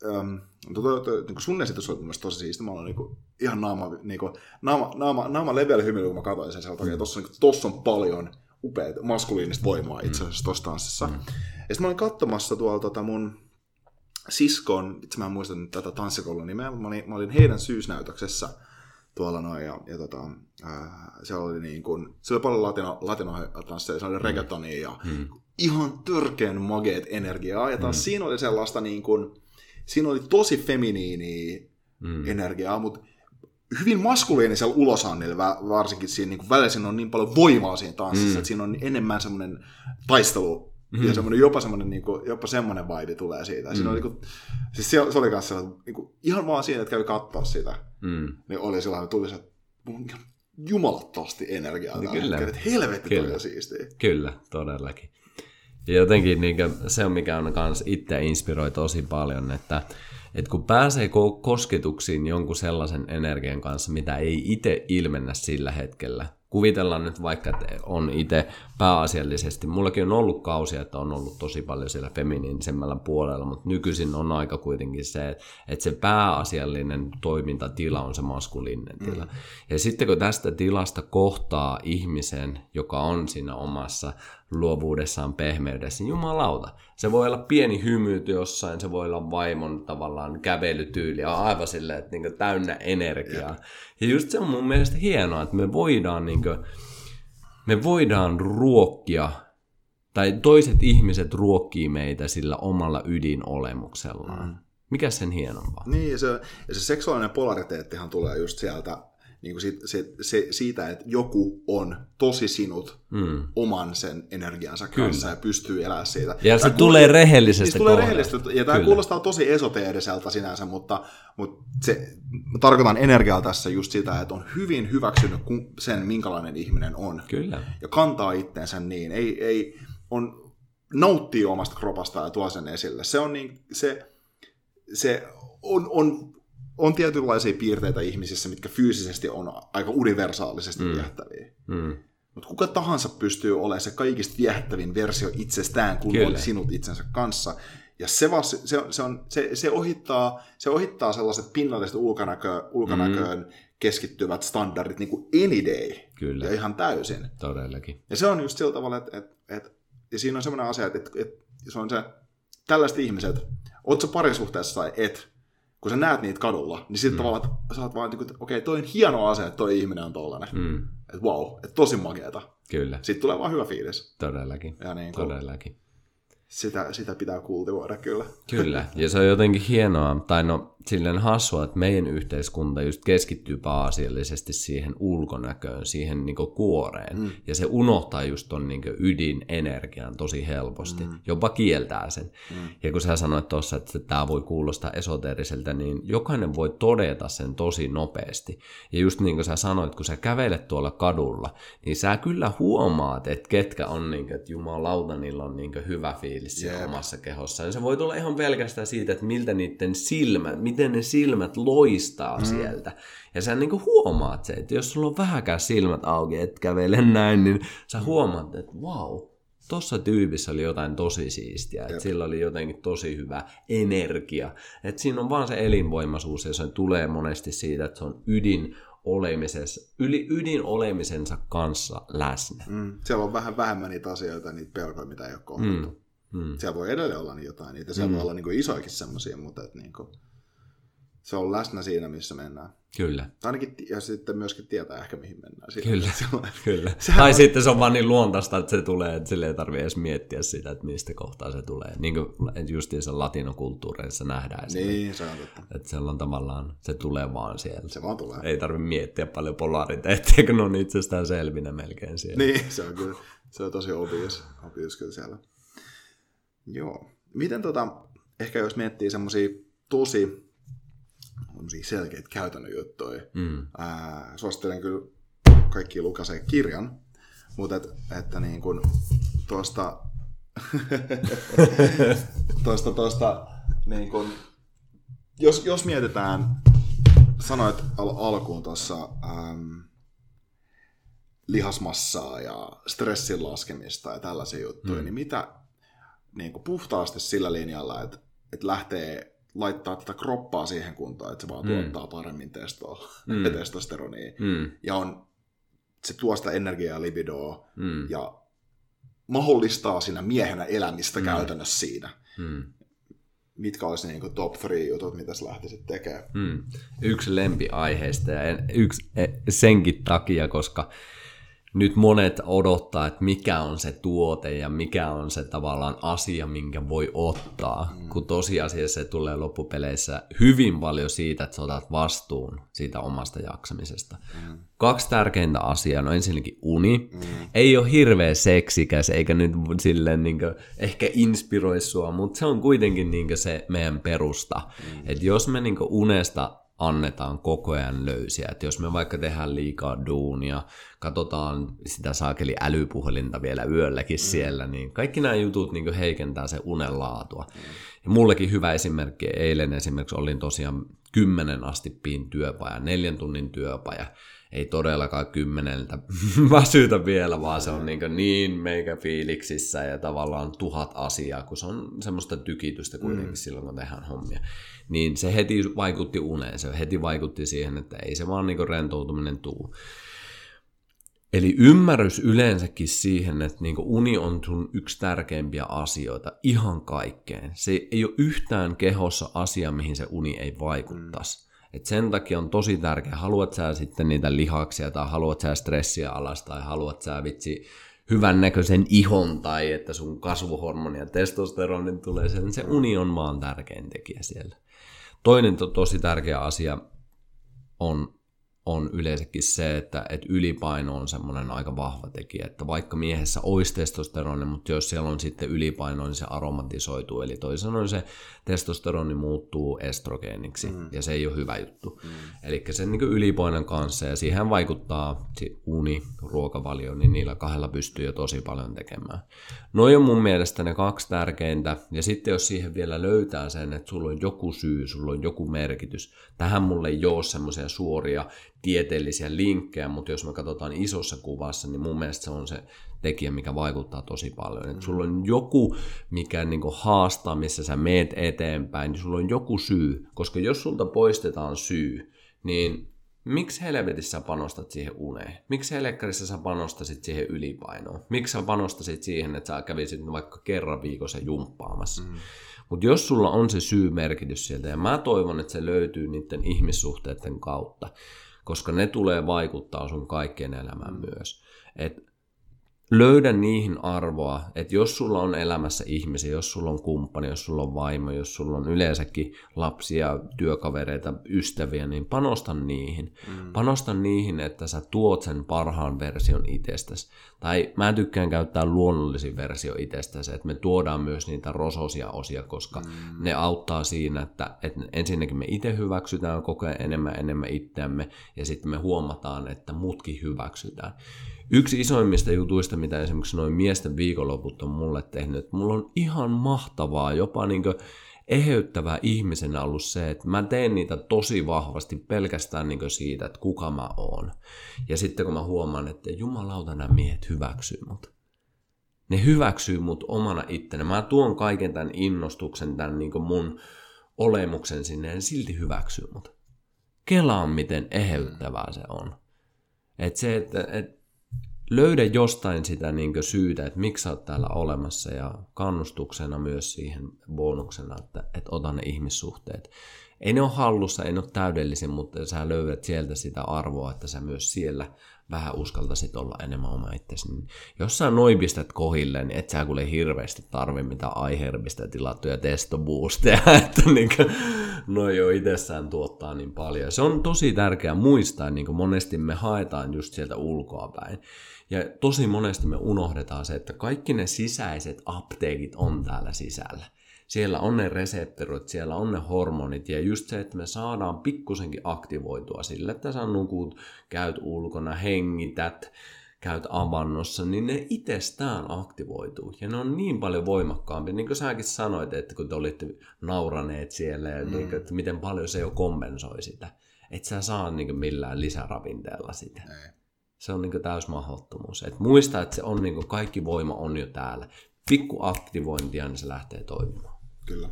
sun esitys oli mun mielestä tosi siisti. Mä oon ihan naama leveällä hymyillä, kun mä katsoin sen sieltä. Tossa on paljon upeaa maskuliinista voimaa itse asiassa tuossa tanssissa. Ja sitten mä olin katsomassa tuolla mun siskon, itse mä en muista nyt tätä tanssikoulun nimeä, mutta mä olin heidän syysnäytöksessä tuolla noin, ja siellä oli niin kuin, siellä oli paljon latinotansseja, siellä oli reggaetonia ja ihan törkeän mageet energiaa, ja taas siinä oli sellaista niin kuin, siinä oli tosi feminiiniä energiaa, mutta hyvin maskuliinisella ulosannilla, varsinkin siinä niin välillä siinä on niin paljon voimaa siinä tanssissa, että siinä on enemmän semmoinen taistelu ja semmoinen, jopa semmoinen, niin kuin, jopa semmoinen vibe tulee siitä. Siinä oli, niin kuin, siis se oli myös sellainen, niin kuin, ihan vaan siinä, että kävi katsoa sitä, niin oli sellainen, tuli se jumalattomasti energiaa. Kyllä. Että helvetti toi on siistiä. Kyllä, todellakin. Ja jotenkin niin se on, mikä on myös itse inspiroi tosi paljon, että kun pääsee kosketuksiin jonkun sellaisen energian kanssa, mitä ei itse ilmennä sillä hetkellä. Kuvitellaan nyt vaikka, että on itse pääasiallisesti. Mullakin on ollut kausia, että on ollut tosi paljon siellä feminiinisemmällä puolella, mutta nykyisin on aika kuitenkin se, että se pääasiallinen toimintatila on se maskuliininen tila. Ja sitten kun tästä tilasta kohtaa ihmisen, joka on siinä omassa luovuudessaan, pehmeydessä, niin jumalauta. Se voi olla pieni hymyyty jossain, se voi olla vaimon tavallaan kävelytyyli, ja aivan silleen, että niin täynnä energiaa. Ja just se on mun mielestä hienoa, että me voidaan ruokkia, tai toiset ihmiset ruokkii meitä sillä omalla ydinolemuksellaan. Mikä sen hienompaa? Niin, ja se seksuaalinen polariteettihan tulee just sieltä niin kuin siitä, että joku on tosi sinut oman sen energiansa kanssa ja pystyy elämään siitä. Ja se tulee rehellisestä kohdasta. Ja tämä kuulostaa tosi esoteeriselta sinänsä, mutta mä tarkoitan energiaa tässä just sitä, että on hyvin hyväksynyt sen, minkälainen ihminen on. Kyllä. Ja kantaa itteensä niin. Nauttii omasta kropasta ja tuo sen esille. Se on tietynlaisia piirteitä ihmisissä, mitkä fyysisesti on aika universaalisesti viehättäviä. Mutta kuka tahansa pystyy olemaan se kaikista viehättävin versio itsestään, kun on sinut itsensä kanssa. Ja se ohittaa sellaiset pinnalliset ulkonäköön keskittyvät standardit niin kuin any day. Kyllä. Ja ihan täysin. Todellakin. Ja se on just sillä tavalla, että ja siinä on semmoinen asia, että se on se, tällaiset ihmiset, oot sä parisuhteessa tai et, kun sä näet niitä kadulla, niin sitten tavallaan, että sä oot vaan, että okei, toi on hieno asia, että toi ihminen on tollainen. Että wow, että tosi makeata. Kyllä. Sitten tulee vaan hyvä fiilis. Todellakin. Ja niin todellakin. Sitä pitää kultivoida kyllä. Kyllä, ja se on jotenkin hienoa, tai no silleen hassua, että meidän yhteiskunta just keskittyy pääasiallisesti siihen ulkonäköön, siihen niinku kuoreen, ja se unohtaa just ton niinku ydinenergian tosi helposti, jopa kieltää sen. Ja kun sä sanoit tuossa, että tämä voi kuulostaa esoteeriseltä, niin jokainen voi todeta sen tosi nopeasti. Ja just niin kuin sä sanoit, kun sä kävelet tuolla kadulla, niin sä kyllä huomaat, että ketkä on, niinku, että jumalauta, niillä on niinku hyvä fiilis siinä omassa kehossa. Ja se voi tulla ihan pelkästään siitä, että miltä niiden miten ne silmät loistaa sieltä. Ja sä niinku huomaat se, että jos sulla on vähäkään silmät auki, et kävele näin, niin sä huomaat, että vau, tossa tyypissä oli jotain tosi siistiä, että sillä oli jotenkin tosi hyvä energia. Että siinä on vaan se elinvoimaisuus ja se tulee monesti siitä, että se on ydin olemisensa kanssa läsnä. Siellä on vähän vähemmän niitä asioita, niitä pelkoja, mitä ei ole kohdattu. Siellä voi edelleen olla jotain niitä, siellä voi olla niinku isoikin semmoisia, mutta et niinku, se on läsnä siinä, missä mennään. Kyllä. Ainakin, ja sitten myöskin tietää ehkä, mihin mennään. Kyllä, kyllä. Tai sitten se on vaan niin luontaista, että se tulee, että sille ei tarvitse edes miettiä sitä, että mistä kohtaa se tulee. Niin kuin justiinsa latinokulttuureissa nähdään. Niin, se on totta. Että se on tavallaan, se tulee vaan sieltä. Se vaan tulee. Ei tarvitse miettiä paljon polariteetteja, kun ne on itsestään selvinä melkein siellä. Niin, se on kyllä. Se on tosi obvious kyllä siellä. Joo. Miten ehkä jos miettii semmosia tosi selkeitä käytännön juttuja. Suosittelen kyllä kaikki lukaseen kirjan, mutta että niin kuin tuosta niin kuin, jos mietitään, sanoit alkuun tuossa lihasmassaa ja stressin laskemista ja tällaisia juttuja, niin mitä niin kuin puhtaasti sillä linjalla, että lähtee laittaa tätä kroppaa siihen kuntoon, että se vaan tuottaa paremmin testosteronia. Ja se tuo sitä energiaa ja libidoa ja mahdollistaa siinä miehenä elämistä käytännössä siinä. Mitkä olisi niin kuin top 3 jutut, mitä sä lähtisit tekemään? Yksi lempiaiheista ja senkin takia, koska nyt monet odottaa, että mikä on se tuote ja mikä on se tavallaan asia, minkä voi ottaa, kun tosiasiassa se tulee loppupeleissä hyvin paljon siitä, että sä otat vastuun siitä omasta jaksamisesta. 2 tärkeintä asiaa, no ensinnäkin uni. Ei ole hirveä seksikäs, eikä nyt silleen niin kuin, ehkä inspiroi sua, mutta se on kuitenkin niin kuin se meidän perusta. Että jos me niin kuin unesta annetaan koko ajan löysiä. Että jos me vaikka tehdään liikaa duunia, katsotaan sitä saakeli älypuhelinta vielä yölläkin siellä, niin kaikki nämä jutut niin heikentää se unen laatua. Ja mullekin hyvä esimerkki, eilen esimerkiksi olin tosiaan 10 asti piin työpaja, 4 tunnin työpaja. Ei todellakaan 10 väsytä vielä, vaan se on niin meikä fiiliksissä ja tavallaan 1000 asiaa, kun se on semmoista tykitystä kuitenkin silloin, kun tehdään hommia. Niin se heti vaikutti uneen, se heti vaikutti siihen, että ei se vaan niin rentoutuminen tuu. Eli ymmärrys yleensäkin siihen, että niin uni on sun yksi tärkeimpiä asioita ihan kaikkeen. Se ei ole yhtään kehossa asia, mihin se uni ei vaikuttaisi. Et sen takia on tosi tärkeää, haluat sä sitten niitä lihaksia tai haluat sä stressiä alas tai haluat sä hyvän näköisen ihon tai että sun kasvuhormoni ja testosteronin tulee sen, se uni on vaan tärkein tekijä siellä. Toinen tosi tärkeä asia on on yleensäkin se, että ylipaino on semmoinen aika vahva tekijä, että vaikka miehessä olisi testosteroni, mutta jos siellä on sitten ylipaino, niin se aromatisoituu, eli toisin sanoen se testosteroni muuttuu estrogeeniksi, ja se ei ole hyvä juttu. Eli sen niin ylipainon kanssa, ja siihen vaikuttaa uni, ruokavalio, niin niillä kahdella pystyy jo tosi paljon tekemään. Noi on mun mielestä ne 2 tärkeintä, ja sitten jos siihen vielä löytää sen, että sulla on joku syy, sulla on joku merkitys, tähän mulle ei ole semmoisia suoria tieteellisiä linkkejä, mutta jos me katsotaan isossa kuvassa, niin mun mielestä se on se tekijä, mikä vaikuttaa tosi paljon. Että sulla on joku, mikä niinku haastaa, missä sä meet eteenpäin, niin sulla on joku syy, koska jos sulta poistetaan syy, niin miksi helvetissä sä panostat siihen uneen? Miksi helekkarissa sä panostasit siihen ylipainoon? Miksi sä panostasit siihen, että sä kävisit vaikka kerran viikossa jumppaamassa? Mutta jos sulla on se syy-merkitys sieltä, ja mä toivon, että se löytyy niiden ihmissuhteiden kautta, koska ne tulee vaikuttaa sun kaikkien elämään myös. Et löydä niihin arvoa, että jos sulla on elämässä ihmisiä, jos sulla on kumppani, jos sulla on vaimo, jos sulla on yleensäkin lapsia, työkavereita, ystäviä, niin panosta niihin. Panosta niihin, että sä tuot sen parhaan version itsestäsi. Tai mä tykkään käyttää luonnollisin versio itsestäsi, että me tuodaan myös niitä rososia osia, koska ne auttaa siinä, että ensinnäkin me itse hyväksytään koko ajan enemmän itseämme, ja sitten me huomataan, että muutkin hyväksytään. Yksi isoimmista jutuista, mitä esimerkiksi noin miesten viikonloput on mulle tehnyt, että mulla on ihan mahtavaa, jopa niinkö eheyttävää ihmisenä ollut se, että mä teen niitä tosi vahvasti pelkästään niinkö siitä, että kuka mä oon. Ja sitten kun mä huomaan, että jumalauta nämä miehet hyväksyy mut. Ne hyväksyy mut omana ittenä. Mä tuon kaiken tämän innostuksen, tämän niinkö mun olemuksen sinne, ja silti hyväksyy mut. Kelaan miten eheyttävää se on. Että se, että löydä jostain sitä niin syytä, että miksi sä oot täällä olemassa, ja kannustuksena myös siihen bonuksena, että ota ne ihmissuhteet. Ei ne ole hallussa, ei ne ole täydellisiä, mutta sä löydät sieltä sitä arvoa, että sä myös siellä vähän uskaltaisit olla enemmän oma itsesi. Niin jos sä noipistät kohille, niin et sä kuule hirveästi tarvi mitään aiherbistä tilattuja testoboosteja, että no jo itsessään tuottaa niin paljon. Se on tosi tärkeää muistaa, niin kuin monesti me haetaan just sieltä ulkoapäin. Ja tosi monesti me unohdetaan se, että kaikki ne sisäiset apteekit on täällä sisällä. Siellä on ne reseptorit, siellä on ne hormonit, ja just se, että me saadaan pikkusenkin aktivoitua sillä, että sä nukut, käyt ulkona, hengität, käyt avannossa, niin ne itsestään aktivoituu. Ja ne on niin paljon voimakkaampi, niin kuin säkin sanoit, että kun te olitte nauraneet siellä, ja niin, että miten paljon se jo kompensoi sitä. Et sä saa niin millään lisäravinteella sitä. Ei. Se on niin täys mahdottomuus. Et muista, että se on niin kaikki voima on jo täällä. Pikku aktivointia, niin se lähtee toimimaan. Kyllä.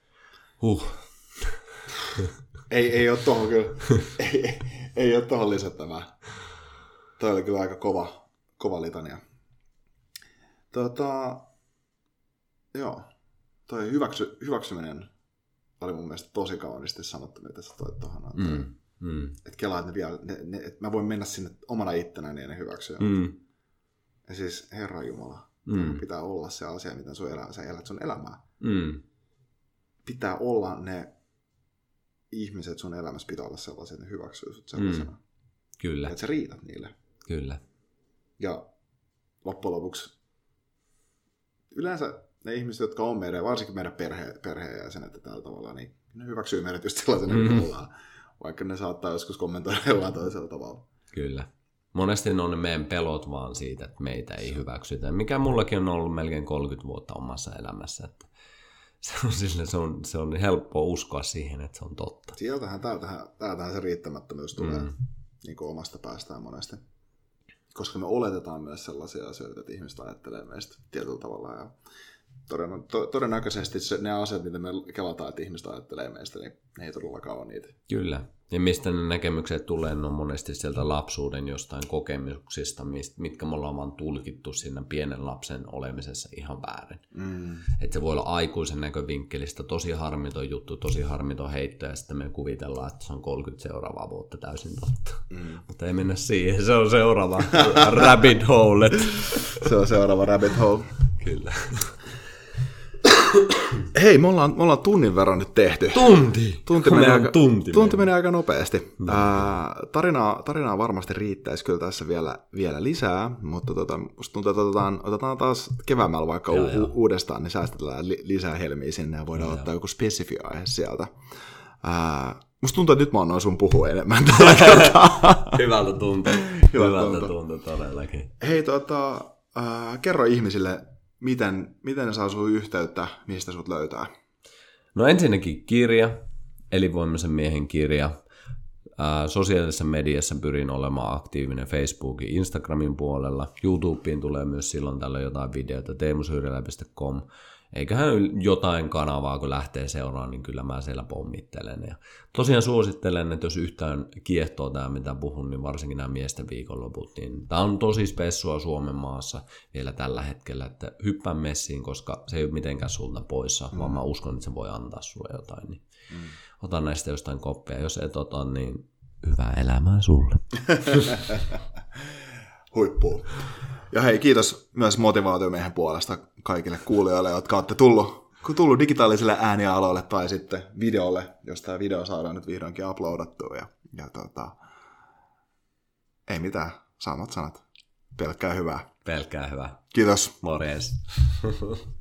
ei ole tohon kyllä. ei ole tohon lisättävää. Toi oli kyllä aika kova litania. Joo. Toi hyväksyminen oli mun mielestä tosi kauniisti sanottu, mitä sä toit tohon. Että kelaa, että että mä voin mennä sinne omana ittenäni ja ne hyväksyä. Ja siis Herranjumala, pitää olla se asia, miten sä elät sun elämää. Pitää olla ne ihmiset sun elämässä, pitää olla sellaisia, että ne hyväksyy sut sellaisena. Kyllä. Että sä riität niille. Kyllä. Ja loppujen lopuksi yleensä ne ihmiset, jotka on meidän, varsinkin meidän perheenjäsenet tällä tavalla, niin ne hyväksyy meidät just sellaisena, kuin ollaan. Vaikka ne saattaa joskus kommentoida jollain toisella tavalla. Kyllä. Monesti ne on ne meidän pelot vaan siitä, että meitä ei hyväksytä. Mikä mullakin on ollut melkein 30 vuotta omassa elämässä. Että se on helppoa uskoa siihen, että se on totta. Täältähän se riittämättömyys tulee niin kuin omasta päästään monesti. Koska me oletetaan myös sellaisia asioita, että ihmiset ajattelee meistä tietyllä tavalla. Ja todennäköisesti ne asiat, mitä me kelataan, että ihmiset ajattelee meistä, niin ne ei todellakaan ole niitä. Kyllä. Ja mistä ne näkemykset tulee, ne on monesti sieltä lapsuuden jostain kokemuksista, mitkä me ollaan vaan tulkittu siinä pienen lapsen olemisessa ihan väärin. Että se voi olla aikuisen näkövinkkelistä tosi harmiton juttu, tosi harmiton heitto, ja sitten me kuvitellaan, että se on 30 seuraavaa vuotta täysin totta. Mutta ei mennä siihen, se on seuraava rabbit hole. Se on seuraava rabbit hole. Kyllä. Hei, me ollaan tunnin verran nyt tehty. Tunti menee aika nopeasti. Tarinaa varmasti riittäisi kyllä tässä vielä lisää, mutta musta tuntuu, että otetaan taas keväämällä vaikka uudestaan, niin säästetään lisää helmiä sinne ja voidaan ottaa joku spesifi aihe sieltä. Musta tuntuu, että nyt mä annoin sun puhua enemmän tällä kertaa. Hyvältä tuntuu todellakin. Hei, kerro ihmisille, miten ne saa sun yhteyttä, mistä sut löytää? No ensinnäkin kirja, Elinvoimaisen miehen kirja. Sosiaalisessa mediassa pyrin olemaan aktiivinen Facebookin, Instagramin puolella. YouTubeen tulee myös silloin tällöin jotain videoita, teemusyyrilä.com. Eiköhän jotain kanavaa, kun lähtee seuraamaan, niin kyllä mä siellä pommittelen. Ja tosiaan suosittelen, että jos yhtään kiehtoo tämä, mitä puhun, niin varsinkin nämä miesten viikonloput, niin tämä on tosi spessua Suomen maassa vielä tällä hetkellä, että hyppää messiin, koska se ei ole mitenkään sulta poissa, vaan mä uskon, että se voi antaa sulle jotain. Niin ota näistä jostain koppia. Jos et ota, niin hyvää elämää sulle. Huippuu. Ja hei, kiitos myös motivaatiomiehen puolesta kaikille kuulijoille, jotka olette tullut digitaaliselle äänialoille tai sitten videolle, jos tämä video saadaan nyt vihdoinkin uploadattua. Ja ei mitään, samat sanat. Pelkkää hyvää. Pelkkää hyvää. Kiitos. Morjens.